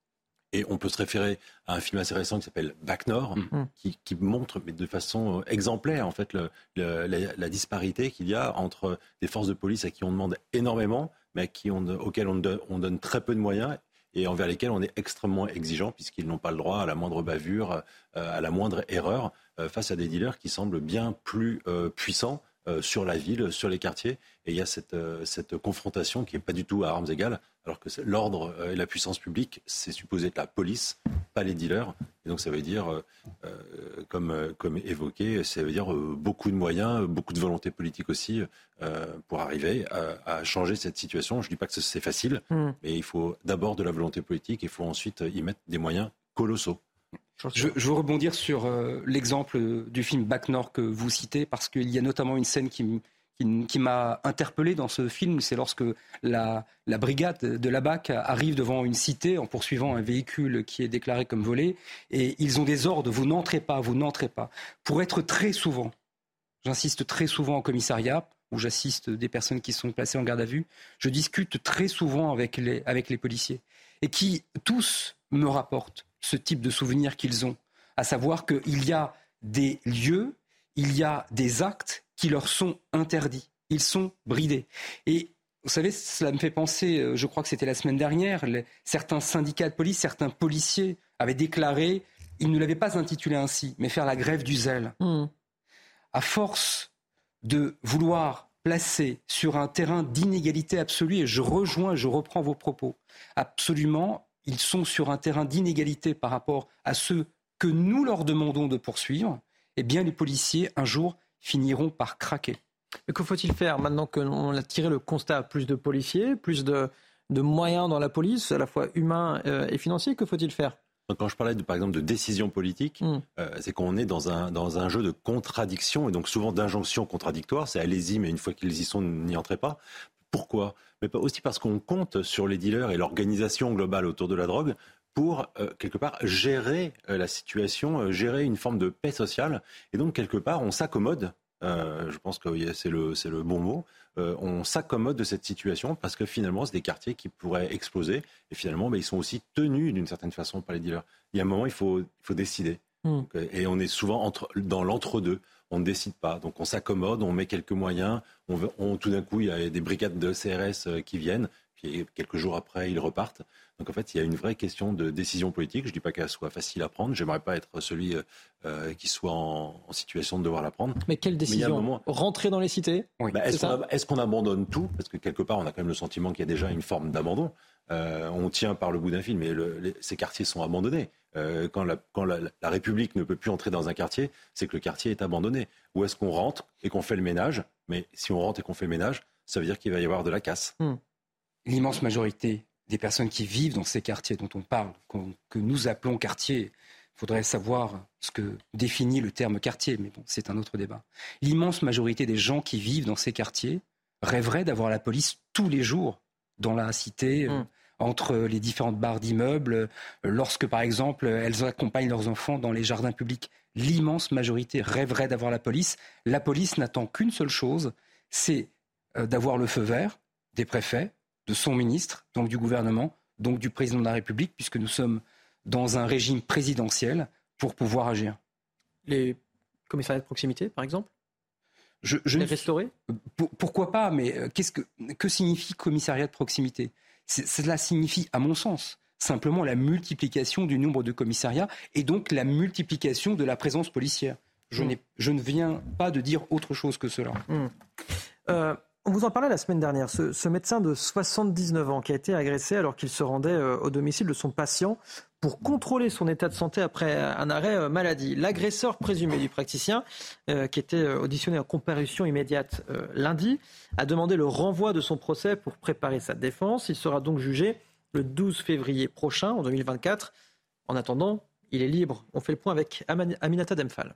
Et on peut se référer à un film assez récent qui s'appelle Bac Nord, mmh. qui, qui montre mais de façon exemplaire en fait le, le, la, la disparité qu'il y a entre des forces de police à qui on demande énormément, mais à qui on, auxquelles on donne, on donne très peu de moyens et envers lesquels on est extrêmement exigeant puisqu'ils n'ont pas le droit à la moindre bavure, euh, à la moindre erreur, euh, face à des dealers qui semblent bien plus euh, puissants euh, sur la ville, sur les quartiers. Et il y a cette, euh, cette confrontation qui n'est pas du tout à armes égales, alors que l'ordre et la puissance publique, c'est supposé être la police, pas les dealers. Et donc ça veut dire, euh, comme, comme évoqué, ça veut dire euh, beaucoup de moyens, beaucoup de volonté politique aussi euh, pour arriver à, à changer cette situation. Je ne dis pas que c'est facile, mmh. mais il faut d'abord de la volonté politique et il faut ensuite y mettre des moyens colossaux. Je, je veux rebondir sur euh, l'exemple du film Bac Nord que vous citez, parce qu'il y a notamment une scène qui me... qui, qui m'a interpellé dans ce film, c'est lorsque la, la brigade de la B A C arrive devant une cité en poursuivant un véhicule qui est déclaré comme volé, et ils ont des ordres, vous n'entrez pas, vous n'entrez pas. Pour être très souvent, j'insiste très souvent en commissariat, où j'assiste des personnes qui sont placées en garde à vue, je discute très souvent avec les, avec les policiers, et qui tous me rapportent ce type de souvenirs qu'ils ont, à savoir qu'il y a des lieux, il y a des actes qui leur sont interdits. Ils sont bridés. Et vous savez, cela me fait penser, je crois que c'était la semaine dernière, les, certains syndicats de police, certains policiers avaient déclaré, ils ne l'avaient pas intitulé ainsi, mais faire la grève du zèle. Mmh. À force de vouloir placer sur un terrain d'inégalité absolue, et je rejoins, je reprends vos propos, absolument, ils sont sur un terrain d'inégalité par rapport à ceux que nous leur demandons de poursuivre, eh bien les policiers, un jour, finiront par craquer. Mais que faut-il faire maintenant qu'on a tiré le constat, plus de policiers, plus de, de moyens dans la police, à la fois humains euh, et financiers, que faut-il faire ? Quand je parlais de, par exemple de décision politique, mmh. euh, c'est qu'on est dans un, dans un jeu de contradiction et donc souvent d'injonctions contradictoires. C'est allez-y, mais une fois qu'ils y sont, n'y entrez pas. Pourquoi ? Mais aussi parce qu'on compte sur les dealers et l'organisation globale autour de la drogue pour, euh, quelque part, gérer euh, la situation, euh, gérer une forme de paix sociale. Et donc, quelque part, on s'accommode, euh, je pense que c'est le, c'est le bon mot, euh, on s'accommode de cette situation parce que finalement, c'est des quartiers qui pourraient exploser. Et finalement, bah, ils sont aussi tenus d'une certaine façon par les dealers. Il y a un moment, il faut, il faut décider. Mmh. Donc, et on est souvent entre, dans l'entre-deux. On ne décide pas. Donc, on s'accommode, on met quelques moyens. On veut, on, tout d'un coup, il y a des brigades de C R S qui viennent. Puis quelques jours après, ils repartent. Donc en fait, il y a une vraie question de décision politique. Je ne dis pas qu'elle soit facile à prendre. J'aimerais pas être celui euh, qui soit en, en situation de devoir la prendre. Mais quelle décision ? Mais moment... Rentrer dans les cités ? Oui. Bah, est-ce, qu'on a, est-ce qu'on abandonne tout ? Parce que quelque part, on a quand même le sentiment qu'il y a déjà une forme d'abandon. Euh, on tient par le bout d'un fil, mais le, les, ces quartiers sont abandonnés. Euh, quand, la, quand la, la République ne peut plus entrer dans un quartier, c'est que le quartier est abandonné. Ou est-ce qu'on rentre et qu'on fait le ménage ? Mais si on rentre et qu'on fait le ménage, ça veut dire qu'il va y avoir de la casse. Hmm. L'immense majorité des personnes qui vivent dans ces quartiers dont on parle, que nous appelons quartiers, il faudrait savoir ce que définit le terme quartier, mais bon, c'est un autre débat. L'immense majorité des gens qui vivent dans ces quartiers rêveraient d'avoir la police tous les jours dans la cité, mmh. euh, entre les différentes barres d'immeubles, euh, lorsque, par exemple, elles accompagnent leurs enfants dans les jardins publics. L'immense majorité rêverait d'avoir la police. La police n'attend qu'une seule chose, c'est euh, d'avoir le feu vert des préfets, de son ministre, donc du gouvernement, donc du président de la République, puisque nous sommes dans un régime présidentiel pour pouvoir agir. Les commissariats de proximité, par exemple ? je, je Les restaurer ? Pour, Pourquoi pas, mais qu'est-ce que, que signifie commissariat de proximité ? C'est, Cela signifie, à mon sens, simplement la multiplication du nombre de commissariats et donc la multiplication de la présence policière. Je, mmh. n'ai, je ne viens pas de dire autre chose que cela. Mmh. Euh... On vous en parlait la semaine dernière, ce, ce médecin de soixante-dix-neuf ans qui a été agressé alors qu'il se rendait euh, au domicile de son patient pour contrôler son état de santé après un arrêt euh, maladie. L'agresseur présumé du praticien, euh, qui était euh, auditionné en comparution immédiate euh, lundi, a demandé le renvoi de son procès pour préparer sa défense. Il sera donc jugé le douze février prochain, en deux mille vingt-quatre. En attendant, il est libre. On fait le point avec Aminata Demphal.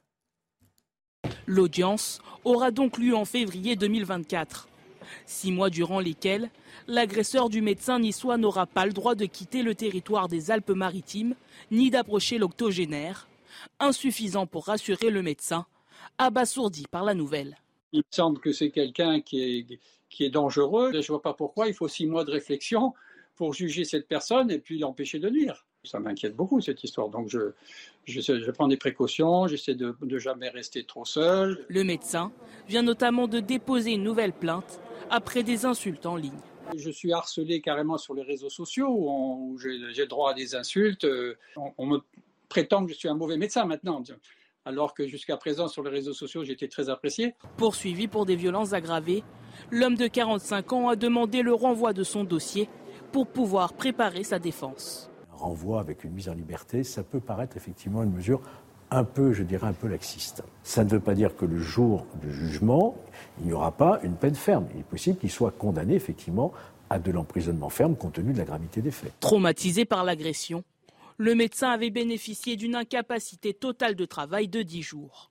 L'audience aura donc lieu en février deux mille vingt-quatre. Six mois durant lesquels l'agresseur du médecin niçois n'aura pas le droit de quitter le territoire des Alpes-Maritimes ni d'approcher l'octogénaire, insuffisant pour rassurer le médecin, abasourdi par la nouvelle. Il me semble que c'est quelqu'un qui est, qui est dangereux. Je ne vois pas pourquoi il faut six mois de réflexion pour juger cette personne et puis l'empêcher de nuire. Ça m'inquiète beaucoup, cette histoire. Donc, je, je, je prends des précautions, j'essaie de ne jamais rester trop seul. Le médecin vient notamment de déposer une nouvelle plainte après des insultes en ligne. Je suis harcelé carrément sur les réseaux sociaux où, on, où j'ai, j'ai le droit à des insultes. On, on me prétend que je suis un mauvais médecin maintenant, alors que jusqu'à présent, sur les réseaux sociaux, j'étais très apprécié. Poursuivi pour des violences aggravées, l'homme de quarante-cinq ans a demandé le renvoi de son dossier pour pouvoir préparer sa défense. Un renvoi avec une mise en liberté, ça peut paraître effectivement une mesure un peu, je dirais, un peu laxiste. Ça ne veut pas dire que le jour du jugement, il n'y aura pas une peine ferme. Il est possible qu'il soit condamné effectivement à de l'emprisonnement ferme compte tenu de la gravité des faits. Traumatisé par l'agression, le médecin avait bénéficié d'une incapacité totale de travail de dix jours.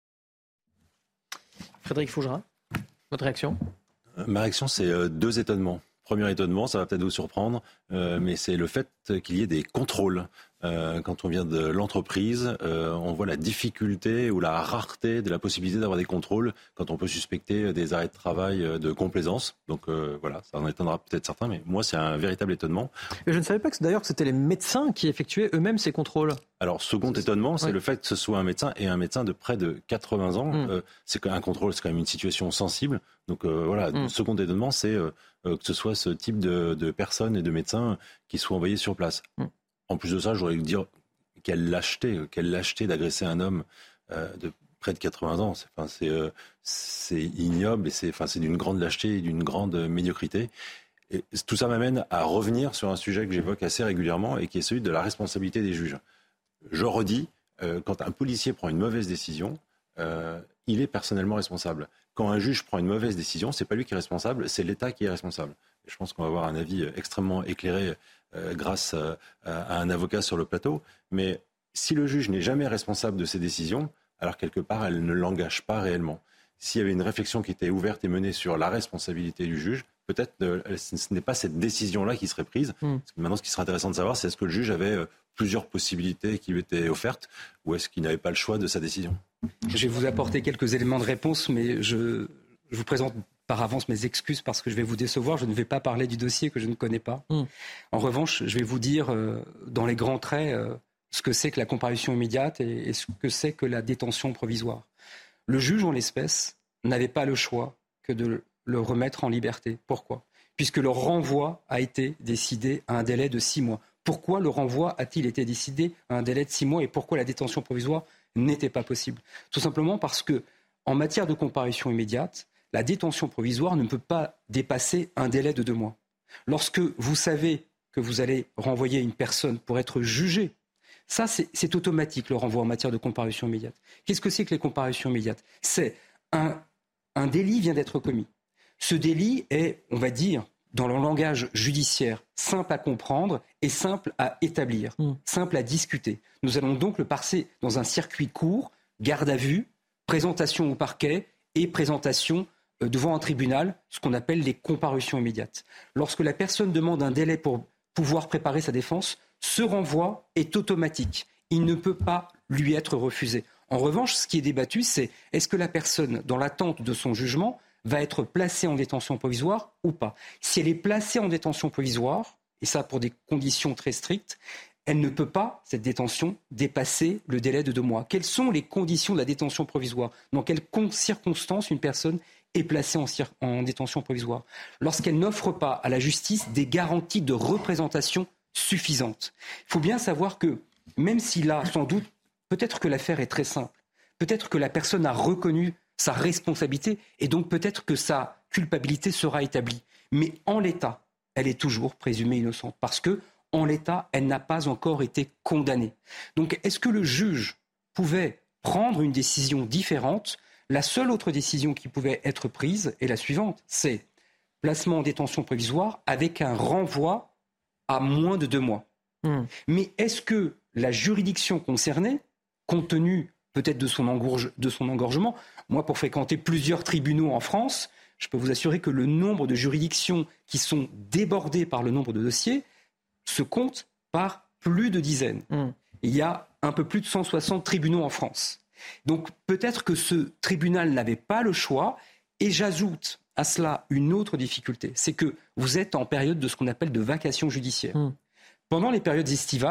Frédéric Fougerat, votre réaction ? Ma réaction, c'est euh, deux étonnements. Premier étonnement, ça va peut-être vous surprendre, euh, mais c'est le fait qu'il y ait des contrôles. Euh, quand on vient de l'entreprise, euh, on voit la difficulté ou la rareté de la possibilité d'avoir des contrôles quand on peut suspecter des arrêts de travail de complaisance. Donc euh, voilà, ça en étonnera peut-être certains, mais moi c'est un véritable étonnement. Et je ne savais pas que, d'ailleurs que c'était les médecins qui effectuaient eux-mêmes ces contrôles. Alors second étonnement, c'est oui. le fait que ce soit un médecin et un médecin de près de quatre-vingts ans. Mmh. Euh, c'est un contrôle, c'est quand même une situation sensible. Donc euh, voilà, mmh. le second étonnement, c'est euh, que ce soit ce type de, de personnes et de médecins qui soient envoyés sur place. Mmh. En plus de ça, j'aurais dire quelle lâcheté, quelle lâcheté d'agresser un homme euh, de près de quatre-vingts ans. C'est, enfin, c'est, euh, c'est ignoble et c'est, enfin, c'est d'une grande lâcheté et d'une grande médiocrité. Et tout ça m'amène à revenir sur un sujet que j'évoque assez régulièrement et qui est celui de la responsabilité des juges. Je redis, euh, quand un policier prend une mauvaise décision, euh, il est personnellement responsable. Quand un juge prend une mauvaise décision, c'est pas lui qui est responsable, c'est l'État qui est responsable. Et je pense qu'on va avoir un avis extrêmement éclairé Euh, grâce à, à un avocat sur le plateau. Mais si le juge n'est jamais responsable de ses décisions, alors quelque part, elle ne l'engage pas réellement. S'il y avait une réflexion qui était ouverte et menée sur la responsabilité du juge, peut-être euh, ce n'est pas cette décision-là qui serait prise. Mmh. Parce que maintenant, ce qui serait intéressant de savoir, c'est est-ce que le juge avait euh, plusieurs possibilités qui lui étaient offertes ou est-ce qu'il n'avait pas le choix de sa décision ? Je vais vous apporter quelques éléments de réponse, mais je, je vous présente par avance mes excuses parce que je vais vous décevoir. Je ne vais pas parler du dossier que je ne connais pas. Mmh. En revanche, je vais vous dire euh, dans les grands traits euh, ce que c'est que la comparution immédiate et, et ce que c'est que la détention provisoire. Le juge, en l'espèce, n'avait pas le choix que de le remettre en liberté. Pourquoi ? Puisque le renvoi a été décidé à un délai de six mois. Pourquoi le renvoi a-t-il été décidé à un délai de six mois et pourquoi la détention provisoire n'était pas possible ? Tout simplement parce que, en matière de comparution immédiate, la détention provisoire ne peut pas dépasser un délai de deux mois. Lorsque vous savez que vous allez renvoyer une personne pour être jugée, ça c'est, c'est automatique le renvoi en matière de comparution immédiate. Qu'est-ce que c'est que les comparutions immédiates ? C'est un, un délit vient d'être commis. Ce délit est, on va dire, dans le langage judiciaire, simple à comprendre et simple à établir, mmh. simple à discuter. Nous allons donc le passer dans un circuit court, garde à vue, présentation au parquet et présentation devant un tribunal, ce qu'on appelle les comparutions immédiates. Lorsque la personne demande un délai pour pouvoir préparer sa défense, ce renvoi est automatique. Il ne peut pas lui être refusé. En revanche, ce qui est débattu, c'est est-ce que la personne, dans l'attente de son jugement, va être placée en détention provisoire ou pas. Si elle est placée en détention provisoire, et ça pour des conditions très strictes, elle ne peut pas, cette détention, dépasser le délai de deux mois. Quelles sont les conditions de la détention provisoire ? Dans quelles circonstances une personne est placée en, cir- en détention provisoire ? Lorsqu'elle n'offre pas à la justice des garanties de représentation suffisantes. Il faut bien savoir que, même si là, sans doute, peut-être que l'affaire est très simple, peut-être que la personne a reconnu sa responsabilité et donc peut-être que sa culpabilité sera établie. Mais en l'état, elle est toujours présumée innocente parce que, en l'état, elle n'a pas encore été condamnée. Donc, est-ce que le juge pouvait prendre une décision différente ? La seule autre décision qui pouvait être prise est la suivante, c'est placement en détention provisoire avec un renvoi à moins de deux mois. Mmh. Mais est-ce que la juridiction concernée, compte tenu peut-être de son, engorge, de son engorgement, moi pour fréquenter plusieurs tribunaux en France, je peux vous assurer que le nombre de juridictions qui sont débordées par le nombre de dossiers se compte par plus de dizaines. Mmh. Il y a un peu plus de cent soixante tribunaux en France. Donc peut-être que ce tribunal n'avait pas le choix, et j'ajoute à cela une autre difficulté, c'est que vous êtes en période de ce qu'on appelle de vacation judiciaire. Mmh. Pendant les périodes estivales,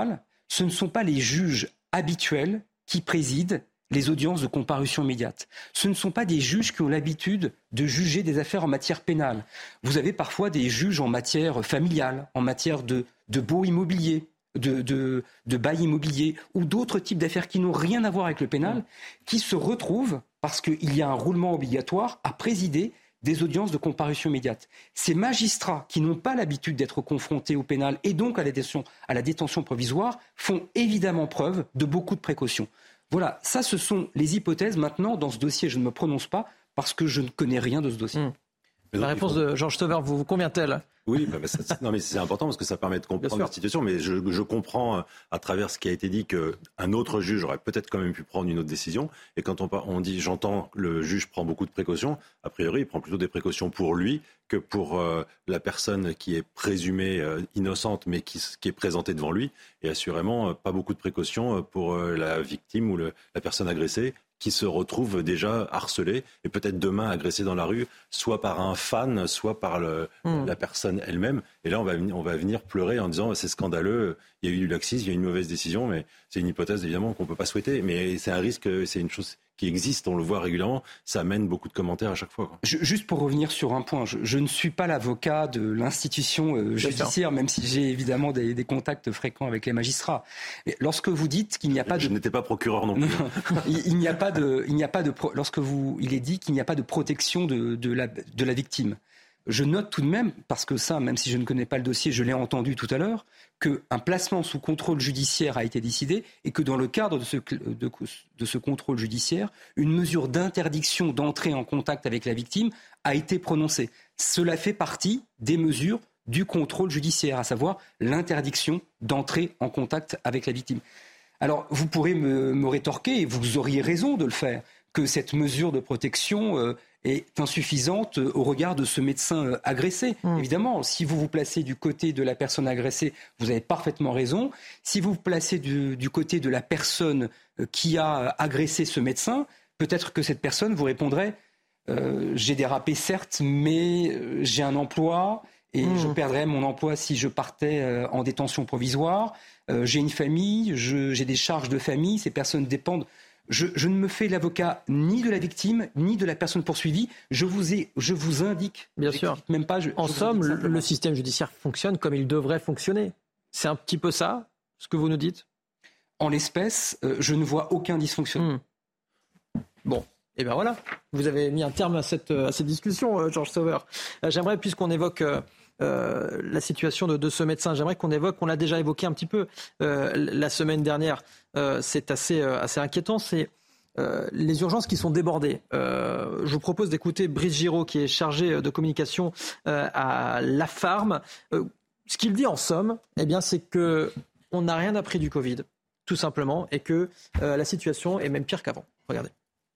ce ne sont pas les juges habituels qui président les audiences de comparution immédiate. Ce ne sont pas des juges qui ont l'habitude de juger des affaires en matière pénale. Vous avez parfois des juges en matière familiale, en matière de, de baux immobiliers, de, de, de bail immobilier ou d'autres types d'affaires qui n'ont rien à voir avec le pénal, qui se retrouvent, parce qu'il y a un roulement obligatoire, à présider des audiences de comparution immédiate. Ces magistrats qui n'ont pas l'habitude d'être confrontés au pénal et donc à la détention, à la détention provisoire font évidemment preuve de beaucoup de précautions. Voilà, ça ce sont les hypothèses. Maintenant, dans ce dossier, je ne me prononce pas parce que je ne connais rien de ce dossier. Mmh. La donc, réponse faut... de Georges Sauver vous, vous convient-elle ? Oui, bah, bah, ça, non, mais c'est important parce que ça permet de comprendre la situation. Mais je, je comprends à travers ce qui a été dit qu'un autre juge aurait peut-être quand même pu prendre une autre décision. Et quand on, on dit, j'entends, le juge prend beaucoup de précautions, a priori, il prend plutôt des précautions pour lui que pour euh, la personne qui est présumée euh, innocente mais qui, qui est présentée devant lui. Et assurément, euh, pas beaucoup de précautions pour euh, la victime ou le, la personne agressée, qui se retrouve déjà harcelé et peut-être demain agressé dans la rue, soit par un fan, soit par le, mmh. la personne elle-même. Et là, on va, on va venir pleurer en disant c'est scandaleux, il y a eu du laxisme, il y a eu une mauvaise décision, mais c'est une hypothèse évidemment qu'on ne peut pas souhaiter. Mais c'est un risque, c'est une chose qui existe, on le voit régulièrement, ça amène beaucoup de commentaires à chaque fois. Quoi. Je, juste pour revenir sur un point, je, je ne suis pas l'avocat de l'institution euh, judiciaire, même si j'ai évidemment des, des contacts fréquents avec les magistrats. Mais lorsque vous dites qu'il n'y a pas je de... Je n'étais pas procureur non plus. il, il n'y a pas de... Il n'y a pas de pro... Lorsque vous... il est dit qu'il n'y a pas de protection de, de, la, de la victime. Je note tout de même, parce que ça, même si je ne connais pas le dossier, je l'ai entendu tout à l'heure, qu'un placement sous contrôle judiciaire a été décidé et que dans le cadre de ce, de, de ce contrôle judiciaire, une mesure d'interdiction d'entrer en contact avec la victime a été prononcée. Cela fait partie des mesures du contrôle judiciaire, à savoir l'interdiction d'entrer en contact avec la victime. Alors, vous pourrez me, me rétorquer, et vous auriez raison de le faire, que cette mesure de protection euh, est insuffisante au regard de ce médecin agressé. Mmh. Évidemment, si vous vous placez du côté de la personne agressée, vous avez parfaitement raison. Si vous vous placez du, du côté de la personne qui a agressé ce médecin, peut-être que cette personne vous répondrait euh, « j'ai dérapé certes, mais j'ai un emploi et mmh. je perdrais mon emploi si je partais euh, en détention provisoire. Euh, j'ai une famille, je, j'ai des charges de famille, ces personnes dépendent... » Je, je ne me fais l'avocat ni de la victime, ni de la personne poursuivie. Je vous, ai, je vous indique. Bien sûr. Même pas, je, en je somme, le, le système judiciaire fonctionne comme il devrait fonctionner. C'est un petit peu ça, ce que vous nous dites ? En l'espèce, euh, je ne vois aucun dysfonctionnement. Mmh. Bon. Et bien voilà, vous avez mis un terme à cette, à cette discussion, euh, Georges Sauver. Euh, j'aimerais, puisqu'on évoque... Euh, Euh, la situation de, de ce médecin. J'aimerais qu'on évoque, on l'a déjà évoqué un petit peu euh, la semaine dernière, euh, c'est assez, euh, assez inquiétant, c'est euh, les urgences qui sont débordées. Euh, je vous propose d'écouter Brice Giraud, qui est chargé de communication euh, à Lafarme. Euh, ce qu'il dit en somme, eh bien, c'est qu'on n'a rien appris du Covid, tout simplement, et que euh, la situation est même pire qu'avant. Regardez.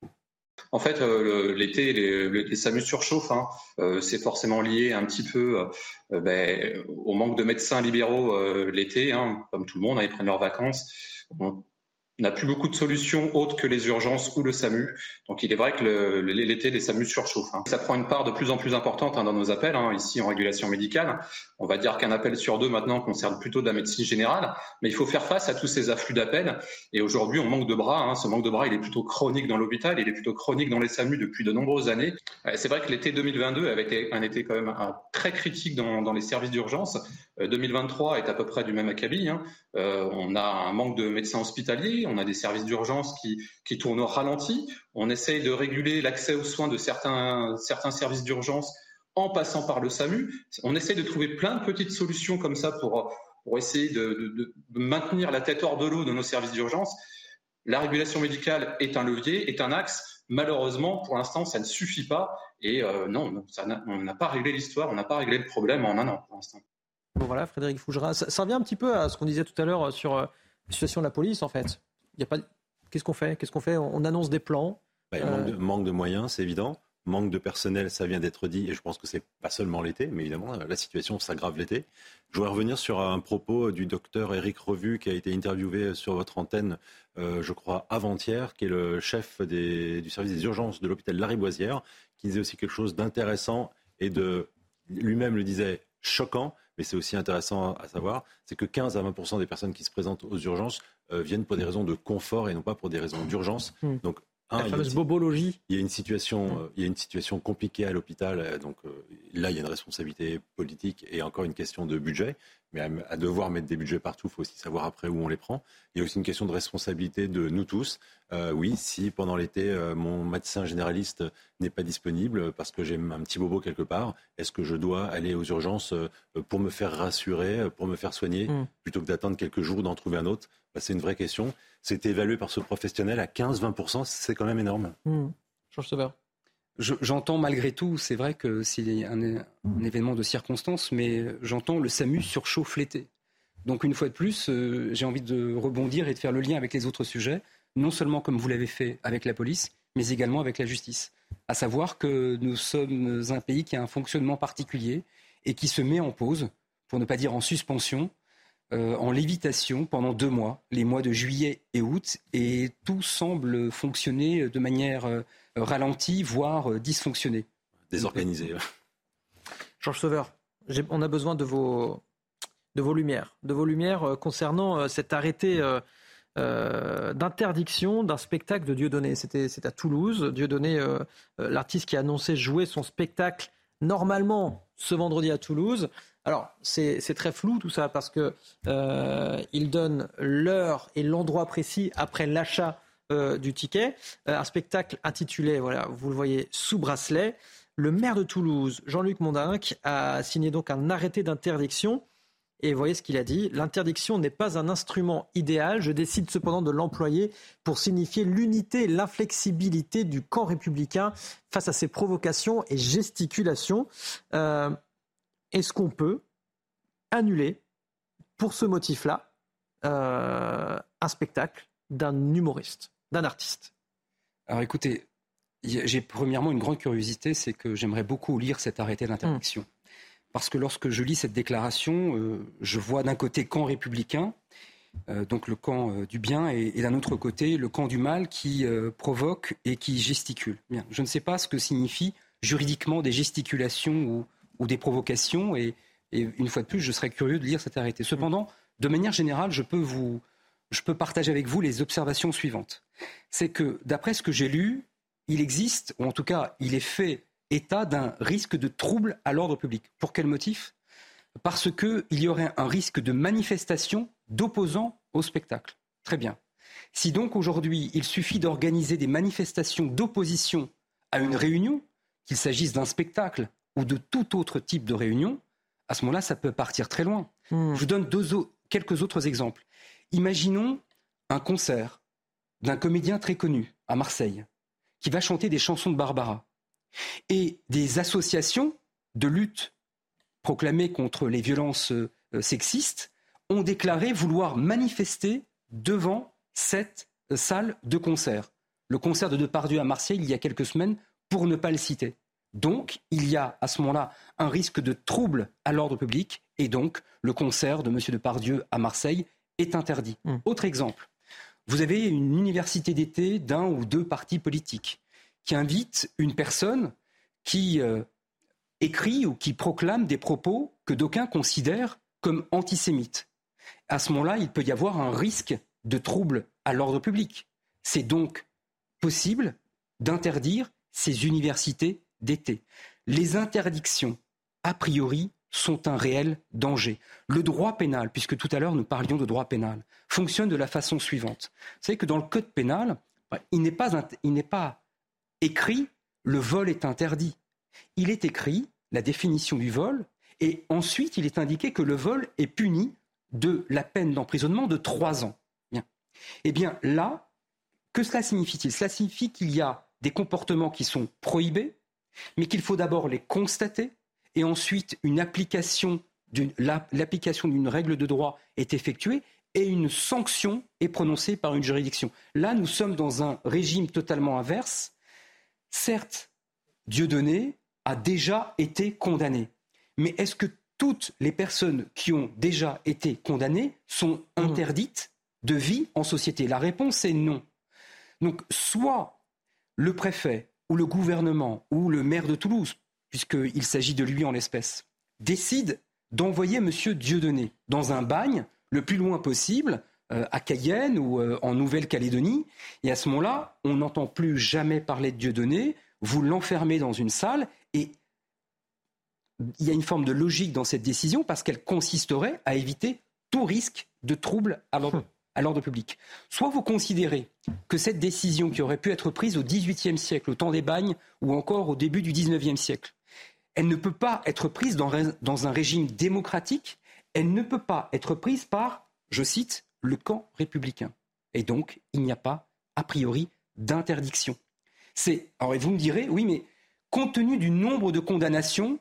En fait, euh, l'été, les, les SAMU surchauffent. Hein. Euh, c'est forcément lié un petit peu euh, ben, au manque de médecins libéraux euh, l'été. Hein. Comme tout le monde, hein, ils prennent leurs vacances. On n'a plus beaucoup de solutions autres que les urgences ou le SAMU. Donc il est vrai que le, l'été, les SAMU surchauffent. Hein. Ça prend une part de plus en plus importante hein, dans nos appels, hein, ici en régulation médicale. On va dire qu'un appel sur deux maintenant concerne plutôt de la médecine générale, mais il faut faire face à tous ces afflux d'appels. Et aujourd'hui, on manque de bras. Hein. Ce manque de bras, il est plutôt chronique dans l'hôpital, il est plutôt chronique dans les SAMU depuis de nombreuses années. C'est vrai que l'été deux mille vingt-deux avait été un été quand même un, très critique dans, dans les services d'urgence. Euh, deux mille vingt-trois est à peu près du même acabit. Hein. Euh, on a un manque de médecins hospitaliers, on a des services d'urgence qui, qui tournent au ralenti. On essaye de réguler l'accès aux soins de certains, certains services d'urgence en passant par le SAMU. On essaie de trouver plein de petites solutions comme ça pour, pour essayer de, de, de maintenir la tête hors de l'eau de nos services d'urgence. La régulation médicale est un levier, est un axe. Malheureusement, pour l'instant, ça ne suffit pas. Et euh, non, ça n'a, on n'a pas réglé l'histoire, on n'a pas réglé le problème en un an pour l'instant. Bon voilà, Frédéric Fougera, ça, ça revient un petit peu à ce qu'on disait tout à l'heure sur euh, la situation de la police en fait. Il y a pas, qu'est-ce qu'on fait Qu'est-ce qu'on fait on, on annonce des plans. Bah, euh... manque, de, manque de moyens, c'est évident. Manque de personnel, ça vient d'être dit, et je pense que c'est pas seulement l'été, mais évidemment, la situation s'aggrave l'été. Je voudrais revenir sur un propos du docteur Éric Revue, qui a été interviewé sur votre antenne, euh, je crois, avant-hier, qui est le chef des, du service des urgences de l'hôpital Lariboisière, qui disait aussi quelque chose d'intéressant et de, lui-même le disait, choquant, mais c'est aussi intéressant à savoir, c'est que quinze à vingt pour cent des personnes qui se présentent aux urgences euh, viennent pour des raisons de confort et non pas pour des raisons d'urgence. Mmh. Donc, Un, la fameuse bobologie. Il y a une situation, euh, il y a une situation compliquée à l'hôpital. Euh, donc euh, là, il y a une responsabilité politique et encore une question de budget. Mais à, à devoir mettre des budgets partout, il faut aussi savoir après où on les prend. Il y a aussi une question de responsabilité de nous tous. Euh, oui, si pendant l'été, euh, mon médecin généraliste n'est pas disponible parce que j'ai un petit bobo quelque part, est-ce que je dois aller aux urgences euh, pour me faire rassurer, pour me faire soigner, mmh. plutôt que d'attendre quelques jours d'en trouver un autre? Bah, c'est une vraie question. C'est évalué par ce professionnel à quinze à vingt pour cent, c'est quand même énorme. Mmh. Georges Sauveur. Je, j'entends malgré tout, c'est vrai que c'est un, un événement de circonstance, mais j'entends le SAMU surchauffe l'été. Donc une fois de plus, euh, j'ai envie de rebondir et de faire le lien avec les autres sujets, non seulement comme vous l'avez fait avec la police, mais également avec la justice. À savoir que nous sommes un pays qui a un fonctionnement particulier et qui se met en pause, pour ne pas dire en suspension, Euh, en lévitation pendant deux mois, les mois de juillet et août, et tout semble fonctionner de manière euh, ralentie, voire euh, dysfonctionner. Désorganisé. Georges Sauveur, j'ai, on a besoin de vos, de vos lumières, de vos lumières euh, concernant euh, cet arrêté euh, euh, d'interdiction d'un spectacle de Dieudonné. C'était, c'est à Toulouse. Dieudonné, euh, euh, l'artiste qui a annoncé jouer son spectacle normalement ce vendredi à Toulouse. Alors, c'est, c'est très flou tout ça parce que euh, il donne l'heure et l'endroit précis après l'achat euh, du ticket. Euh, un spectacle intitulé, voilà, vous le voyez, Sous bracelet. Le maire de Toulouse, Jean-Luc Mondinck, a signé donc un arrêté d'interdiction. Et vous voyez ce qu'il a dit. L'interdiction n'est pas un instrument idéal. Je décide cependant de l'employer pour signifier l'unité et l'inflexibilité du camp républicain face à ces provocations et gesticulations. Euh, Est-ce qu'on peut annuler, pour ce motif-là, euh, un spectacle d'un humoriste, d'un artiste? Alors écoutez, j'ai premièrement une grande curiosité, c'est que j'aimerais beaucoup lire cet arrêté d'interdiction. Mmh. Parce que lorsque je lis cette déclaration, euh, je vois d'un côté camp républicain, euh, donc le camp euh, du bien, et, et d'un autre côté le camp du mal qui euh, provoque et qui gesticule. Bien, je ne sais pas ce que signifient juridiquement des gesticulations ou ou des provocations, et, et une fois de plus, je serais curieux de lire cet arrêté. Cependant, de manière générale, je peux, vous, je peux partager avec vous les observations suivantes. C'est que, d'après ce que j'ai lu, il existe, ou en tout cas, il est fait état d'un risque de trouble à l'ordre public. Pour quel motif ? Parce qu'il y aurait un risque de manifestation d'opposants au spectacle. Très bien. Si donc aujourd'hui, il suffit d'organiser des manifestations d'opposition à une réunion, qu'il s'agisse d'un spectacle ou de tout autre type de réunion, à ce moment-là, ça peut partir très loin. Mmh. Je vous donne deux o- quelques autres exemples. Imaginons un concert d'un comédien très connu à Marseille qui va chanter des chansons de Barbara. Et des associations de lutte proclamées contre les violences euh, sexistes ont déclaré vouloir manifester devant cette euh, salle de concert. Le concert de Depardieu à Marseille, il y a quelques semaines, pour ne pas le citer. Donc, il y a à ce moment-là un risque de trouble à l'ordre public et donc le concert de M. Depardieu à Marseille est interdit. Mmh. Autre exemple, vous avez une université d'été d'un ou deux partis politiques qui invite une personne qui euh, écrit ou qui proclame des propos que d'aucuns considèrent comme antisémites. À ce moment-là, il peut y avoir un risque de trouble à l'ordre public. C'est donc possible d'interdire ces universités d'été. Les interdictions, a priori, sont un réel danger. Le droit pénal, puisque tout à l'heure nous parlions de droit pénal, fonctionne de la façon suivante. Vous savez que dans le code pénal, il n'est pas, il n'est pas écrit « le vol est interdit ». Il est écrit la définition du vol et ensuite il est indiqué que le vol est puni de la peine d'emprisonnement de trois ans. Bien. Eh bien là, que cela signifie-t-il ? Cela signifie qu'il y a des comportements qui sont prohibés, mais qu'il faut d'abord les constater et ensuite une application d'une, la, l'application d'une règle de droit est effectuée et une sanction est prononcée par une juridiction. Là, nous sommes dans un régime totalement inverse. Certes, Dieudonné a déjà été condamné, mais est-ce que toutes les personnes qui ont déjà été condamnées sont interdites de vie en société ? La réponse est non. Donc, soit le préfet ou le gouvernement ou le maire de Toulouse, puisqu'il s'agit de lui en l'espèce, décide d'envoyer M. Dieudonné dans un bagne le plus loin possible, euh, à Cayenne ou euh, en Nouvelle-Calédonie. Et à ce moment-là, on n'entend plus jamais parler de Dieudonné. Vous l'enfermez dans une salle et il y a une forme de logique dans cette décision parce qu'elle consisterait à éviter tout risque de trouble à l'ordre, à l'ordre public. Soit vous considérez que cette décision qui aurait pu être prise au dix-huitième siècle, au temps des bagnes, ou encore au début du dix-neuvième siècle, elle ne peut pas être prise dans, dans un régime démocratique, elle ne peut pas être prise par, je cite, le camp républicain. Et donc, il n'y a pas, a priori, d'interdiction. C'est, alors vous me direz, oui, mais compte tenu du nombre de condamnations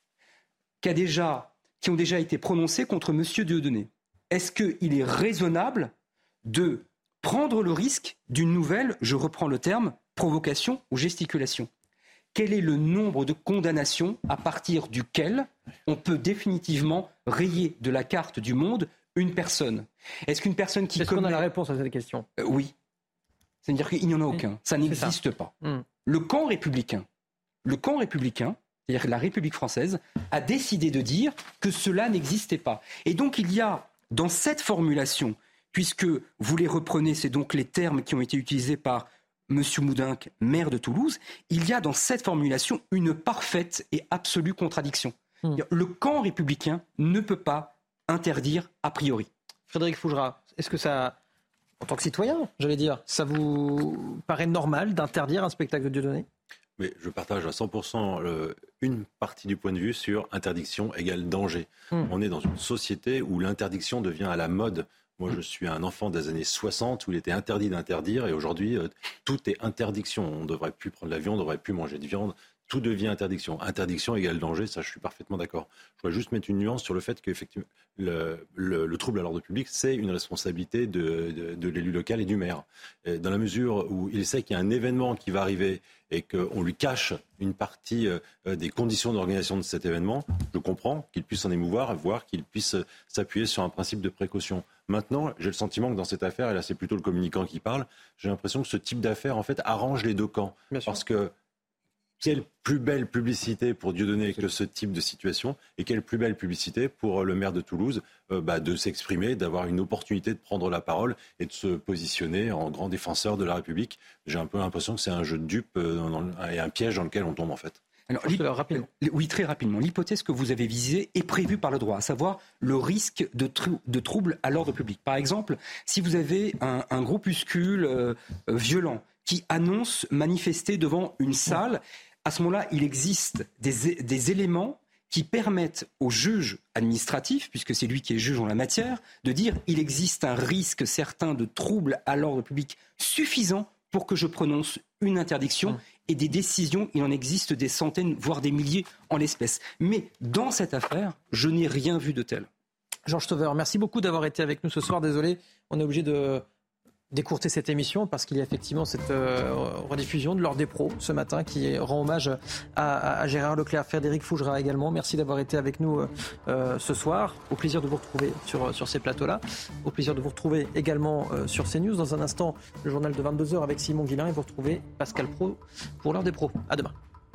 qu'a déjà, qui ont déjà été prononcées contre M. Dieudonné, est-ce qu'il est raisonnable de prendre le risque d'une nouvelle, je reprends le terme, provocation ou gesticulation ? Quel est le nombre de condamnations à partir duquel on peut définitivement rayer de la carte du monde une personne ? Est-ce qu'une personne qui Est-ce commet... qu'on a la réponse à cette question ? euh, Oui. C'est-à-dire qu'il n'y en a aucun. Ça n'existe ça. pas. Mm. Le camp républicain, le camp républicain, c'est-à-dire la République française, a décidé de dire que cela n'existait pas. Et donc il y a, dans cette formulation, puisque vous les reprenez, c'est donc les termes qui ont été utilisés par M. Moudinque, maire de Toulouse, il y a dans cette formulation une parfaite et absolue contradiction. Mmh. Le camp républicain ne peut pas interdire a priori. Frédéric Fougera, est-ce que ça, en tant que citoyen, j'allais dire, ça vous paraît normal d'interdire un spectacle de Dieudonné ? Mais je partage à cent pour cent le, une partie du point de vue sur interdiction égale danger. Mmh. On est dans une société où l'interdiction devient à la mode. Moi, je suis un enfant des années soixante où il était interdit d'interdire et aujourd'hui, euh, tout est interdiction. On ne devrait plus prendre l'avion, on ne devrait plus manger de viande. Tout devient interdiction. Interdiction égale danger, ça, je suis parfaitement d'accord. Je voudrais juste mettre une nuance sur le fait qu'effectivement, le, le, le trouble à l'ordre public, c'est une responsabilité de, de, de l'élu local et du maire. Et dans la mesure où il sait qu'il y a un événement qui va arriver et qu'on lui cache une partie euh, des conditions d'organisation de cet événement, je comprends qu'il puisse s'en émouvoir, voire qu'il puisse s'appuyer sur un principe de précaution. Maintenant, j'ai le sentiment que dans cette affaire, et là c'est plutôt le communicant qui parle, j'ai l'impression que ce type d'affaire, en fait, arrange les deux camps. Parce que quelle plus belle publicité pour Dieudonné que ce type de situation, et quelle plus belle publicité pour le maire de Toulouse euh, bah, de s'exprimer, d'avoir une opportunité de prendre la parole et de se positionner en grand défenseur de la République. J'ai un peu l'impression que c'est un jeu de dupes euh, dans, et un piège dans lequel on tombe en fait. Alors, rapidement. Oui, très rapidement. L'hypothèse que vous avez visée est prévue par le droit, à savoir le risque de, trou- de trouble à l'ordre public. Par exemple, si vous avez un, un groupuscule euh, violent qui annonce manifester devant une salle, à ce moment-là, il existe des, des éléments qui permettent au juge administratif, puisque c'est lui qui est juge en la matière, de dire il existe un risque certain de trouble à l'ordre public suffisant pour que je prononce une interdiction. Mmh. Et des décisions, il en existe des centaines, voire des milliers en l'espèce. Mais dans cette affaire, je n'ai rien vu de tel. Georges Sauveur, merci beaucoup d'avoir été avec nous ce soir. Désolé, on est obligé de d'écourter cette émission parce qu'il y a effectivement cette euh, rediffusion de l'heure des pros ce matin qui rend hommage à, à, à Gérard Leclerc, Frédéric Fougera également. Merci d'avoir été avec nous euh, ce soir. Au plaisir de vous retrouver sur, sur ces plateaux-là. Au plaisir de vous retrouver également euh, sur CNews. Dans un instant, le journal de vingt-deux heures avec Simon Guillain et vous retrouvez Pascal Praud pour l'heure des pros. À demain.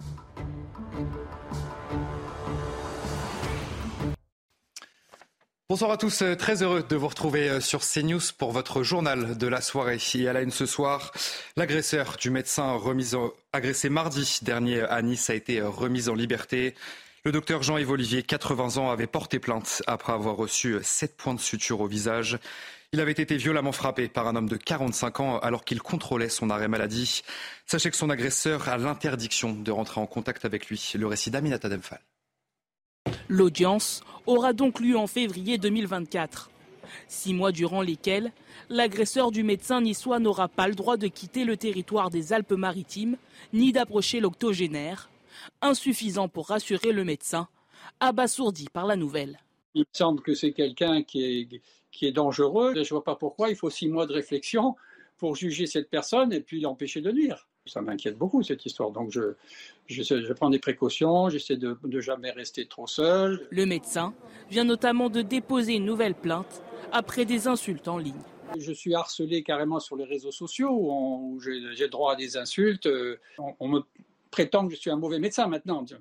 Bonsoir à tous, très heureux de vous retrouver sur CNews pour votre journal de la soirée. Et à la une ce soir, l'agresseur du médecin remis en... agressé mardi dernier à Nice a été remis en liberté. Le docteur Jean-Yves Olivier, quatre-vingts ans, avait porté plainte après avoir reçu sept points de suture au visage. Il avait été violemment frappé par un homme de quarante-cinq ans alors qu'il contrôlait son arrêt maladie. Sachez que son agresseur a l'interdiction de rentrer en contact avec lui. Le récit d'Aminata Demphal. L'audience aura donc lieu en février deux mille vingt-quatre. Six mois durant lesquels l'agresseur du médecin niçois n'aura pas le droit de quitter le territoire des Alpes-Maritimes ni d'approcher l'octogénaire. Insuffisant pour rassurer le médecin, abasourdi par la nouvelle. Il me semble que c'est quelqu'un qui est, qui est dangereux. Je ne vois pas pourquoi il faut six mois de réflexion pour juger cette personne et puis l'empêcher de nuire. Ça m'inquiète beaucoup cette histoire, donc je, je, je prends des précautions, j'essaie de ne jamais rester trop seul. Le médecin vient notamment de déposer une nouvelle plainte après des insultes en ligne. Je suis harcelé carrément sur les réseaux sociaux où, on, où j'ai, j'ai le droit à des insultes. On, on me prétend que je suis un mauvais médecin maintenant.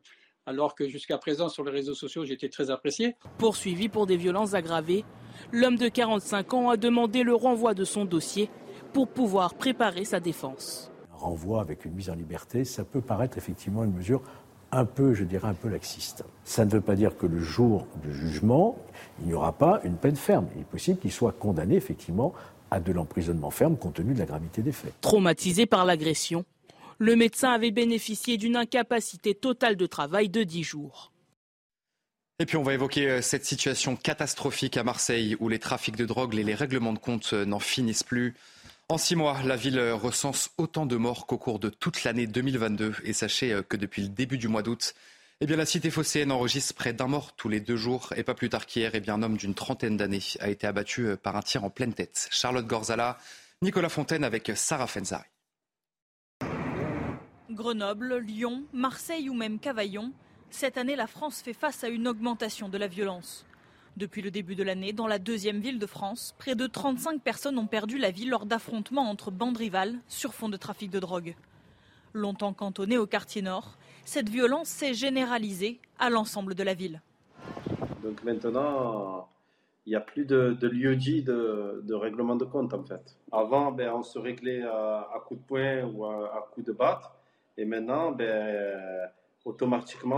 alors que jusqu'à présent, sur les réseaux sociaux, j'étais très apprécié. Poursuivi pour des violences aggravées, l'homme de quarante-cinq ans a demandé le renvoi de son dossier pour pouvoir préparer sa défense. Un renvoi avec une mise en liberté, ça peut paraître effectivement une mesure un peu, je dirais, un peu laxiste. Ça ne veut pas dire que le jour du jugement, il n'y aura pas une peine ferme. Il est possible qu'il soit condamné effectivement à de l'emprisonnement ferme compte tenu de la gravité des faits. Traumatisé par l'agression, le médecin avait bénéficié d'une incapacité totale de travail de dix jours. Et puis on va évoquer cette situation catastrophique à Marseille où les trafics de drogue et les règlements de compte n'en finissent plus. En six mois, la ville recense autant de morts qu'au cours de toute l'année deux mille vingt-deux. Et sachez que depuis le début du mois d'août, eh bien, la cité phocéenne enregistre près d'un mort tous les deux jours. Et pas plus tard qu'hier, eh bien, un homme d'une trentaine d'années a été abattu par un tir en pleine tête. Charlotte Gorzala, Nicolas Fontaine avec Sarah Fenzari. Grenoble, Lyon, Marseille ou même Cavaillon, cette année la France fait face à une augmentation de la violence. Depuis le début de l'année, dans la deuxième ville de France, près de trente-cinq personnes ont perdu la vie lors d'affrontements entre bandes rivales sur fond de trafic de drogue. Longtemps cantonnée au quartier nord, cette violence s'est généralisée à l'ensemble de la ville. Donc maintenant, il n'y a plus de, de lieu-dit de, de règlement de compte en fait. Avant, ben, on se réglait à, à coups de poing ou à, à coups de batte. Et maintenant, ben, automatiquement,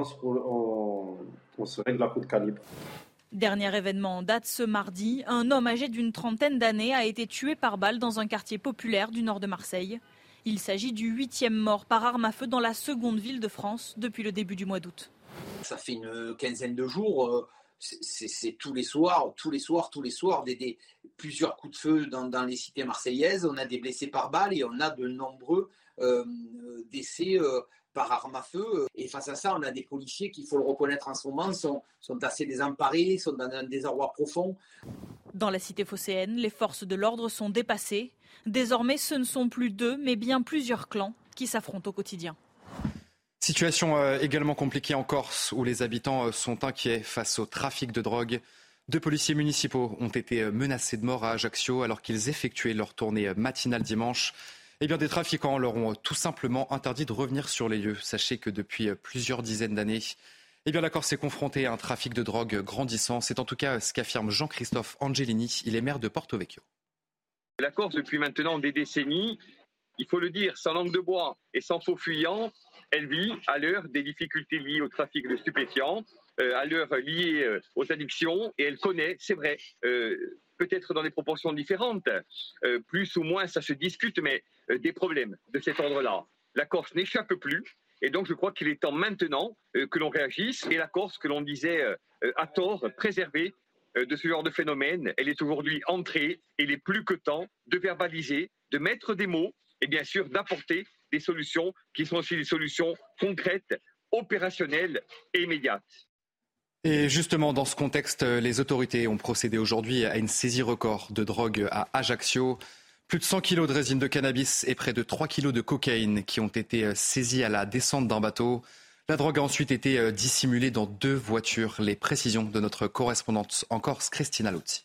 on, on se règle à coups de calibre. Dernier événement en date ce mardi, un homme âgé d'une trentaine d'années a été tué par balle dans un quartier populaire du nord de Marseille. Il s'agit du huitième mort par arme à feu dans la seconde ville de France depuis le début du mois d'août. Ça fait une quinzaine de jours, c'est, c'est, c'est tous les soirs, tous les soirs, tous les soirs, des, des, plusieurs coups de feu dans, dans les cités marseillaises. On a des blessés par balle et on a de nombreux euh, décès euh, par arme à feu. Et face à ça, on a des policiers qui, il faut le reconnaître en ce moment, sont, sont assez désemparés, sont dans un désarroi profond. Dans la cité phocéenne, les forces de l'ordre sont dépassées. Désormais, ce ne sont plus deux, mais bien plusieurs clans qui s'affrontent au quotidien. Situation euh, également compliquée en Corse, où les habitants euh, sont inquiets face au trafic de drogue. Deux policiers municipaux ont été menacés de mort à Ajaccio alors qu'ils effectuaient leur tournée matinale dimanche. Eh bien, des trafiquants leur ont tout simplement interdit de revenir sur les lieux. Sachez que depuis plusieurs dizaines d'années, eh bien, la Corse est confrontée à un trafic de drogue grandissant. C'est en tout cas ce qu'affirme Jean-Christophe Angelini. Il est maire de Porto Vecchio. La Corse, depuis maintenant des décennies, il faut le dire, sans langue de bois et sans faux fuyant, elle vit à l'heure des difficultés liées au trafic de stupéfiants, euh, à l'heure liée euh, aux addictions, et elle connaît, c'est vrai, euh, peut-être dans des proportions différentes, euh, plus ou moins ça se discute, mais euh, des problèmes de cet ordre-là. La Corse n'échappe plus, et donc je crois qu'il est temps maintenant euh, que l'on réagisse, et la Corse, que l'on disait euh, à tort, préservée euh, de ce genre de phénomène, elle est aujourd'hui entrée, et il est plus que temps de verbaliser, de mettre des mots, et bien sûr d'apporter des solutions qui sont aussi des solutions concrètes, opérationnelles et immédiates. Et justement, dans ce contexte, les autorités ont procédé aujourd'hui à une saisie record de drogue à Ajaccio. Plus de cent kilos de résine de cannabis et près de trois kilos de cocaïne qui ont été saisis à la descente d'un bateau. La drogue a ensuite été dissimulée dans deux voitures. Les précisions de notre correspondante en Corse, Christina Luzzi.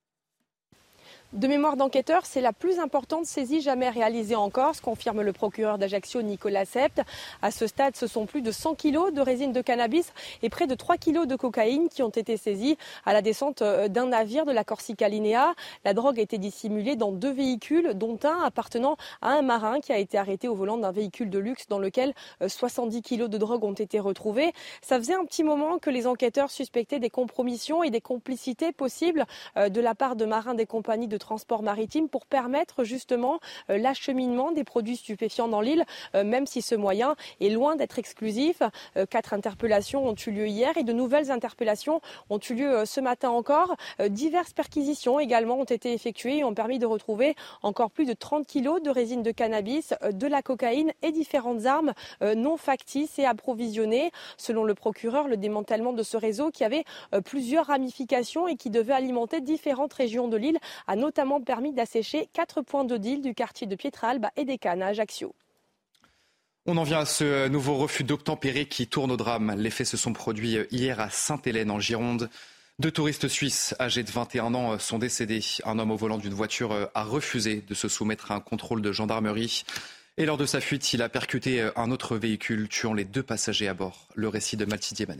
De mémoire d'enquêteur, c'est la plus importante saisie jamais réalisée en Corse, confirme le procureur d'Ajaccio Nicolas Sept. À ce stade, ce sont plus de cent kilos de résine de cannabis et près de trois kilos de cocaïne qui ont été saisis à la descente d'un navire de la Corsica Linea. La drogue a été dissimulée dans deux véhicules, dont un appartenant à un marin qui a été arrêté au volant d'un véhicule de luxe dans lequel soixante-dix kilos de drogue ont été retrouvés. Ça faisait un petit moment que les enquêteurs suspectaient des compromissions et des complicités possibles de la part de marins des compagnies de transport maritime pour permettre justement euh, l'acheminement des produits stupéfiants dans l'île, euh, même si ce moyen est loin d'être exclusif. Euh, quatre interpellations ont eu lieu hier et de nouvelles interpellations ont eu lieu euh, ce matin encore. Euh, diverses perquisitions également ont été effectuées et ont permis de retrouver encore plus de trente kilos de résine de cannabis, euh, de la cocaïne et différentes armes euh, non factices et approvisionnées. Selon le procureur, le démantèlement de ce réseau qui avait euh, plusieurs ramifications et qui devait alimenter différentes régions de l'île a notamment permis d'assécher quatre points de deal du quartier de Pietralba et des Cannes à Ajaccio. On en vient à ce nouveau refus d'obtempérer qui tourne au drame. Les faits se sont produits hier à Sainte-Hélène en Gironde. Deux touristes suisses âgés de vingt et un ans sont décédés. Un homme au volant d'une voiture a refusé de se soumettre à un contrôle de gendarmerie. Et lors de sa fuite, il a percuté un autre véhicule, tuant les deux passagers à bord. Le récit de Mathilde Manez.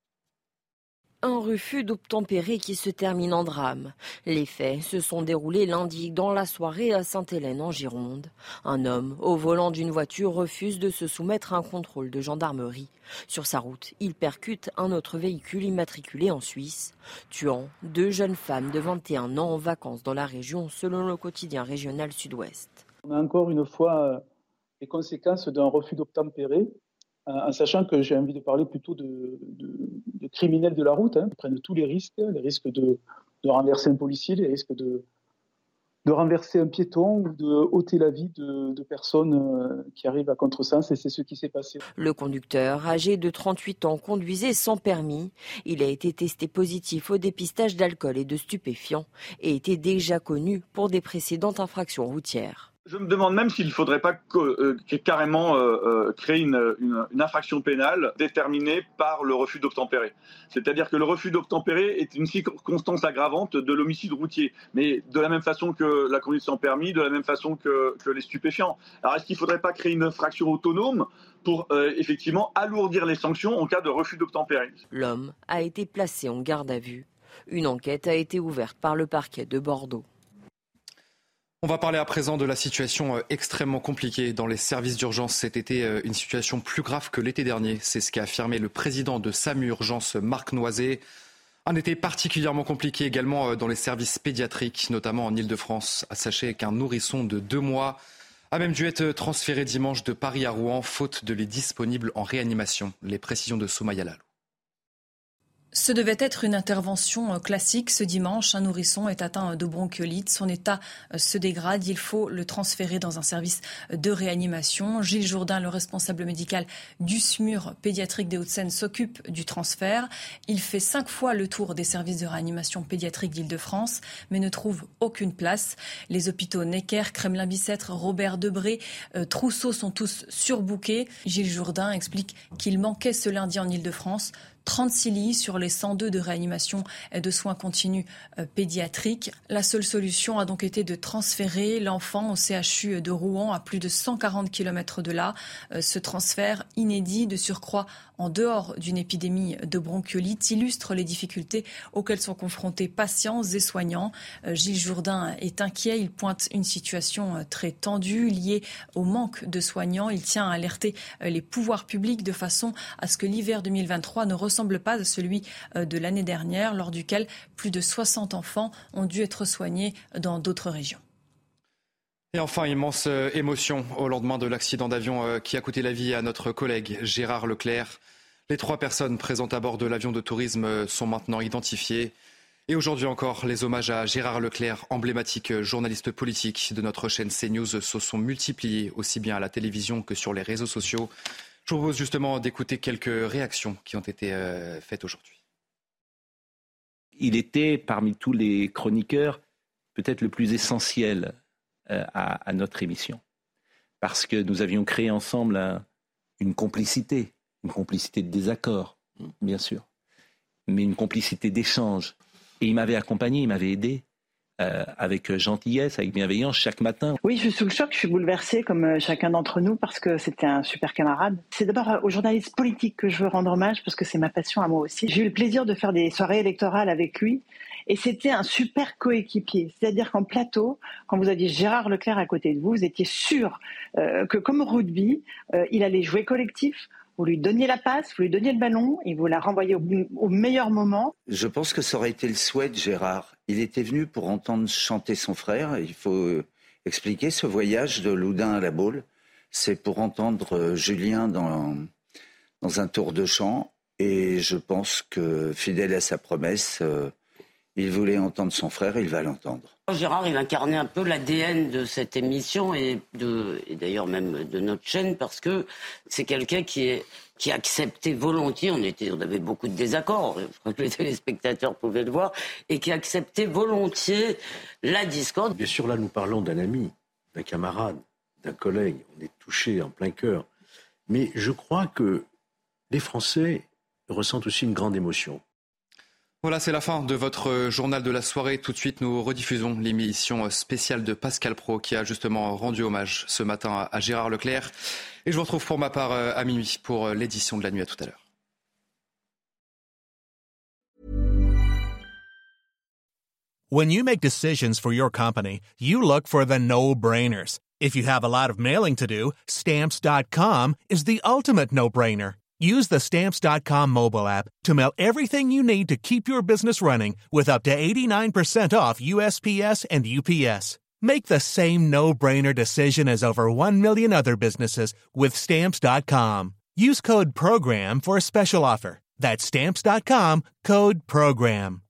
Un refus d'obtempérer qui se termine en drame. Les faits se sont déroulés lundi dans la soirée à Sainte-Hélène en Gironde. Un homme au volant d'une voiture refuse de se soumettre à un contrôle de gendarmerie. Sur sa route, il percute un autre véhicule immatriculé en Suisse, tuant deux jeunes femmes de vingt et un ans en vacances dans la région, selon le quotidien régional Sud-Ouest. On a encore une fois les conséquences d'un refus d'obtempérer, en sachant que j'ai envie de parler plutôt de, de, de criminels de la route, hein, qui prennent tous les risques, les risques de, de renverser un policier, les risques de, de renverser un piéton ou de ôter la vie de, de personnes qui arrivent à contresens, et c'est ce qui s'est passé. Le conducteur, âgé de trente-huit ans, conduisait sans permis. Il a été testé positif au dépistage d'alcool et de stupéfiants et était déjà connu pour des précédentes infractions routières. Je me demande même s'il ne faudrait pas que, euh, carrément euh, créer une, une, une infraction pénale déterminée par le refus d'obtempérer. C'est-à-dire que le refus d'obtempérer est une circonstance aggravante de l'homicide routier, mais de la même façon que la conduite sans permis, de la même façon que, que les stupéfiants. Alors est-ce qu'il ne faudrait pas créer une infraction autonome pour euh, effectivement alourdir les sanctions en cas de refus d'obtempérer ? L'homme a été placé en garde à vue. Une enquête a été ouverte par le parquet de Bordeaux. On va parler à présent de la situation extrêmement compliquée dans les services d'urgence cet été, une situation plus grave que l'été dernier. C'est ce qu'a affirmé le président de SAMU Urgence, Marc Noiset. Un été particulièrement compliqué également dans les services pédiatriques, notamment en Ile-de-France. Sachez qu'un nourrisson de deux mois a même dû être transféré dimanche de Paris à Rouen, faute de lits disponibles en réanimation. Les précisions de Soumaïa Lalou. Ce devait être une intervention classique. Ce dimanche, un nourrisson est atteint de bronchiolite. Son état se dégrade. Il faut le transférer dans un service de réanimation. Gilles Jourdain, le responsable médical du SMUR pédiatrique des Hauts-de-Seine, s'occupe du transfert. Il fait cinq fois le tour des services de réanimation pédiatrique d'Île-de-France, mais ne trouve aucune place. Les hôpitaux Necker, Kremlin-Bicêtre, Robert Debré, euh, Trousseau sont tous surbookés. Gilles Jourdain explique qu'il manquait ce lundi en Île-de-France trente-six lits sur les cent deux de réanimation et de soins continus euh, pédiatriques. La seule solution a donc été de transférer l'enfant au C H U de Rouen, à plus de cent quarante kilomètres de là. Euh, ce transfert inédit, de surcroît en dehors d'une épidémie de bronchiolite, illustre les difficultés auxquelles sont confrontés patients et soignants. Euh, Gilles Jourdain est inquiet. Il pointe une situation très tendue liée au manque de soignants. Il tient à alerter euh, les pouvoirs publics de façon à ce que l'hiver deux mille vingt-trois ne ressemble ressemble pas à celui de l'année dernière, lors duquel plus de soixante enfants ont dû être soignés dans d'autres régions. Et enfin, immense émotion au lendemain de l'accident d'avion qui a coûté la vie à notre collègue Gérard Leclerc. Les trois personnes présentes à bord de l'avion de tourisme sont maintenant identifiées. Et aujourd'hui encore, les hommages à Gérard Leclerc, emblématique journaliste politique de notre chaîne CNews, se sont multipliés aussi bien à la télévision que sur les réseaux sociaux. Je vous propose justement d'écouter quelques réactions qui ont été euh, faites aujourd'hui. Il était, parmi tous les chroniqueurs, peut-être le plus essentiel euh, à, à notre émission. Parce que nous avions créé ensemble un, une complicité, une complicité de désaccord, bien sûr, mais une complicité d'échange. Et il m'avait accompagné, il m'avait aidé. Euh, avec gentillesse, avec bienveillance, chaque matin. Oui, je suis sous le choc, je suis bouleversée comme euh, chacun d'entre nous parce que c'était un super camarade. C'est d'abord euh, aux journalistes politiques que je veux rendre hommage parce que c'est ma passion à moi aussi. J'ai eu le plaisir de faire des soirées électorales avec lui et c'était un super coéquipier. C'est-à-dire qu'en plateau, quand vous aviez Gérard Leclerc à côté de vous, vous étiez sûr euh, que comme au rugby, euh, il allait jouer collectif. Vous lui donniez la passe, vous lui donniez le ballon et vous la renvoyez au, au meilleur moment. Je pense que ça aurait été le souhait de Gérard. Il était venu pour entendre chanter son frère. Il faut expliquer ce voyage de Loudun à La Baule. C'est pour entendre Julien dans, dans un tour de chant. Et je pense que, fidèle à sa promesse, euh, il voulait entendre son frère et il va l'entendre. Gérard, il incarnait un peu l'A D N de cette émission et, de, et d'ailleurs même de notre chaîne parce que c'est quelqu'un qui, est, qui acceptait volontiers, on, était, on avait beaucoup de désaccords, je crois que les téléspectateurs pouvaient le voir, et qui acceptait volontiers la discorde. Bien sûr, là, nous parlons d'un ami, d'un camarade, d'un collègue, on est touché en plein cœur. Mais je crois que les Français ressentent aussi une grande émotion. Voilà, c'est la fin de votre journal de la soirée. Tout de suite, nous rediffusons l'émission spéciale de Pascal Praud qui a justement rendu hommage ce matin à Gérard Leclerc. Et je vous retrouve pour ma part à minuit pour l'édition de la nuit. À tout à l'heure. When you make decisions for your company, you look for the no-brainers. If you have a lot of mailing to do, Stamps dot com is the ultimate no-brainer. Use the Stamps dot com mobile app to mail everything you need to keep your business running with up to eighty-nine percent off U S P S and U P S. Make the same no-brainer decision as over one million other businesses with Stamps dot com. Use code PROGRAM for a special offer. That's Stamps dot com, code PROGRAM.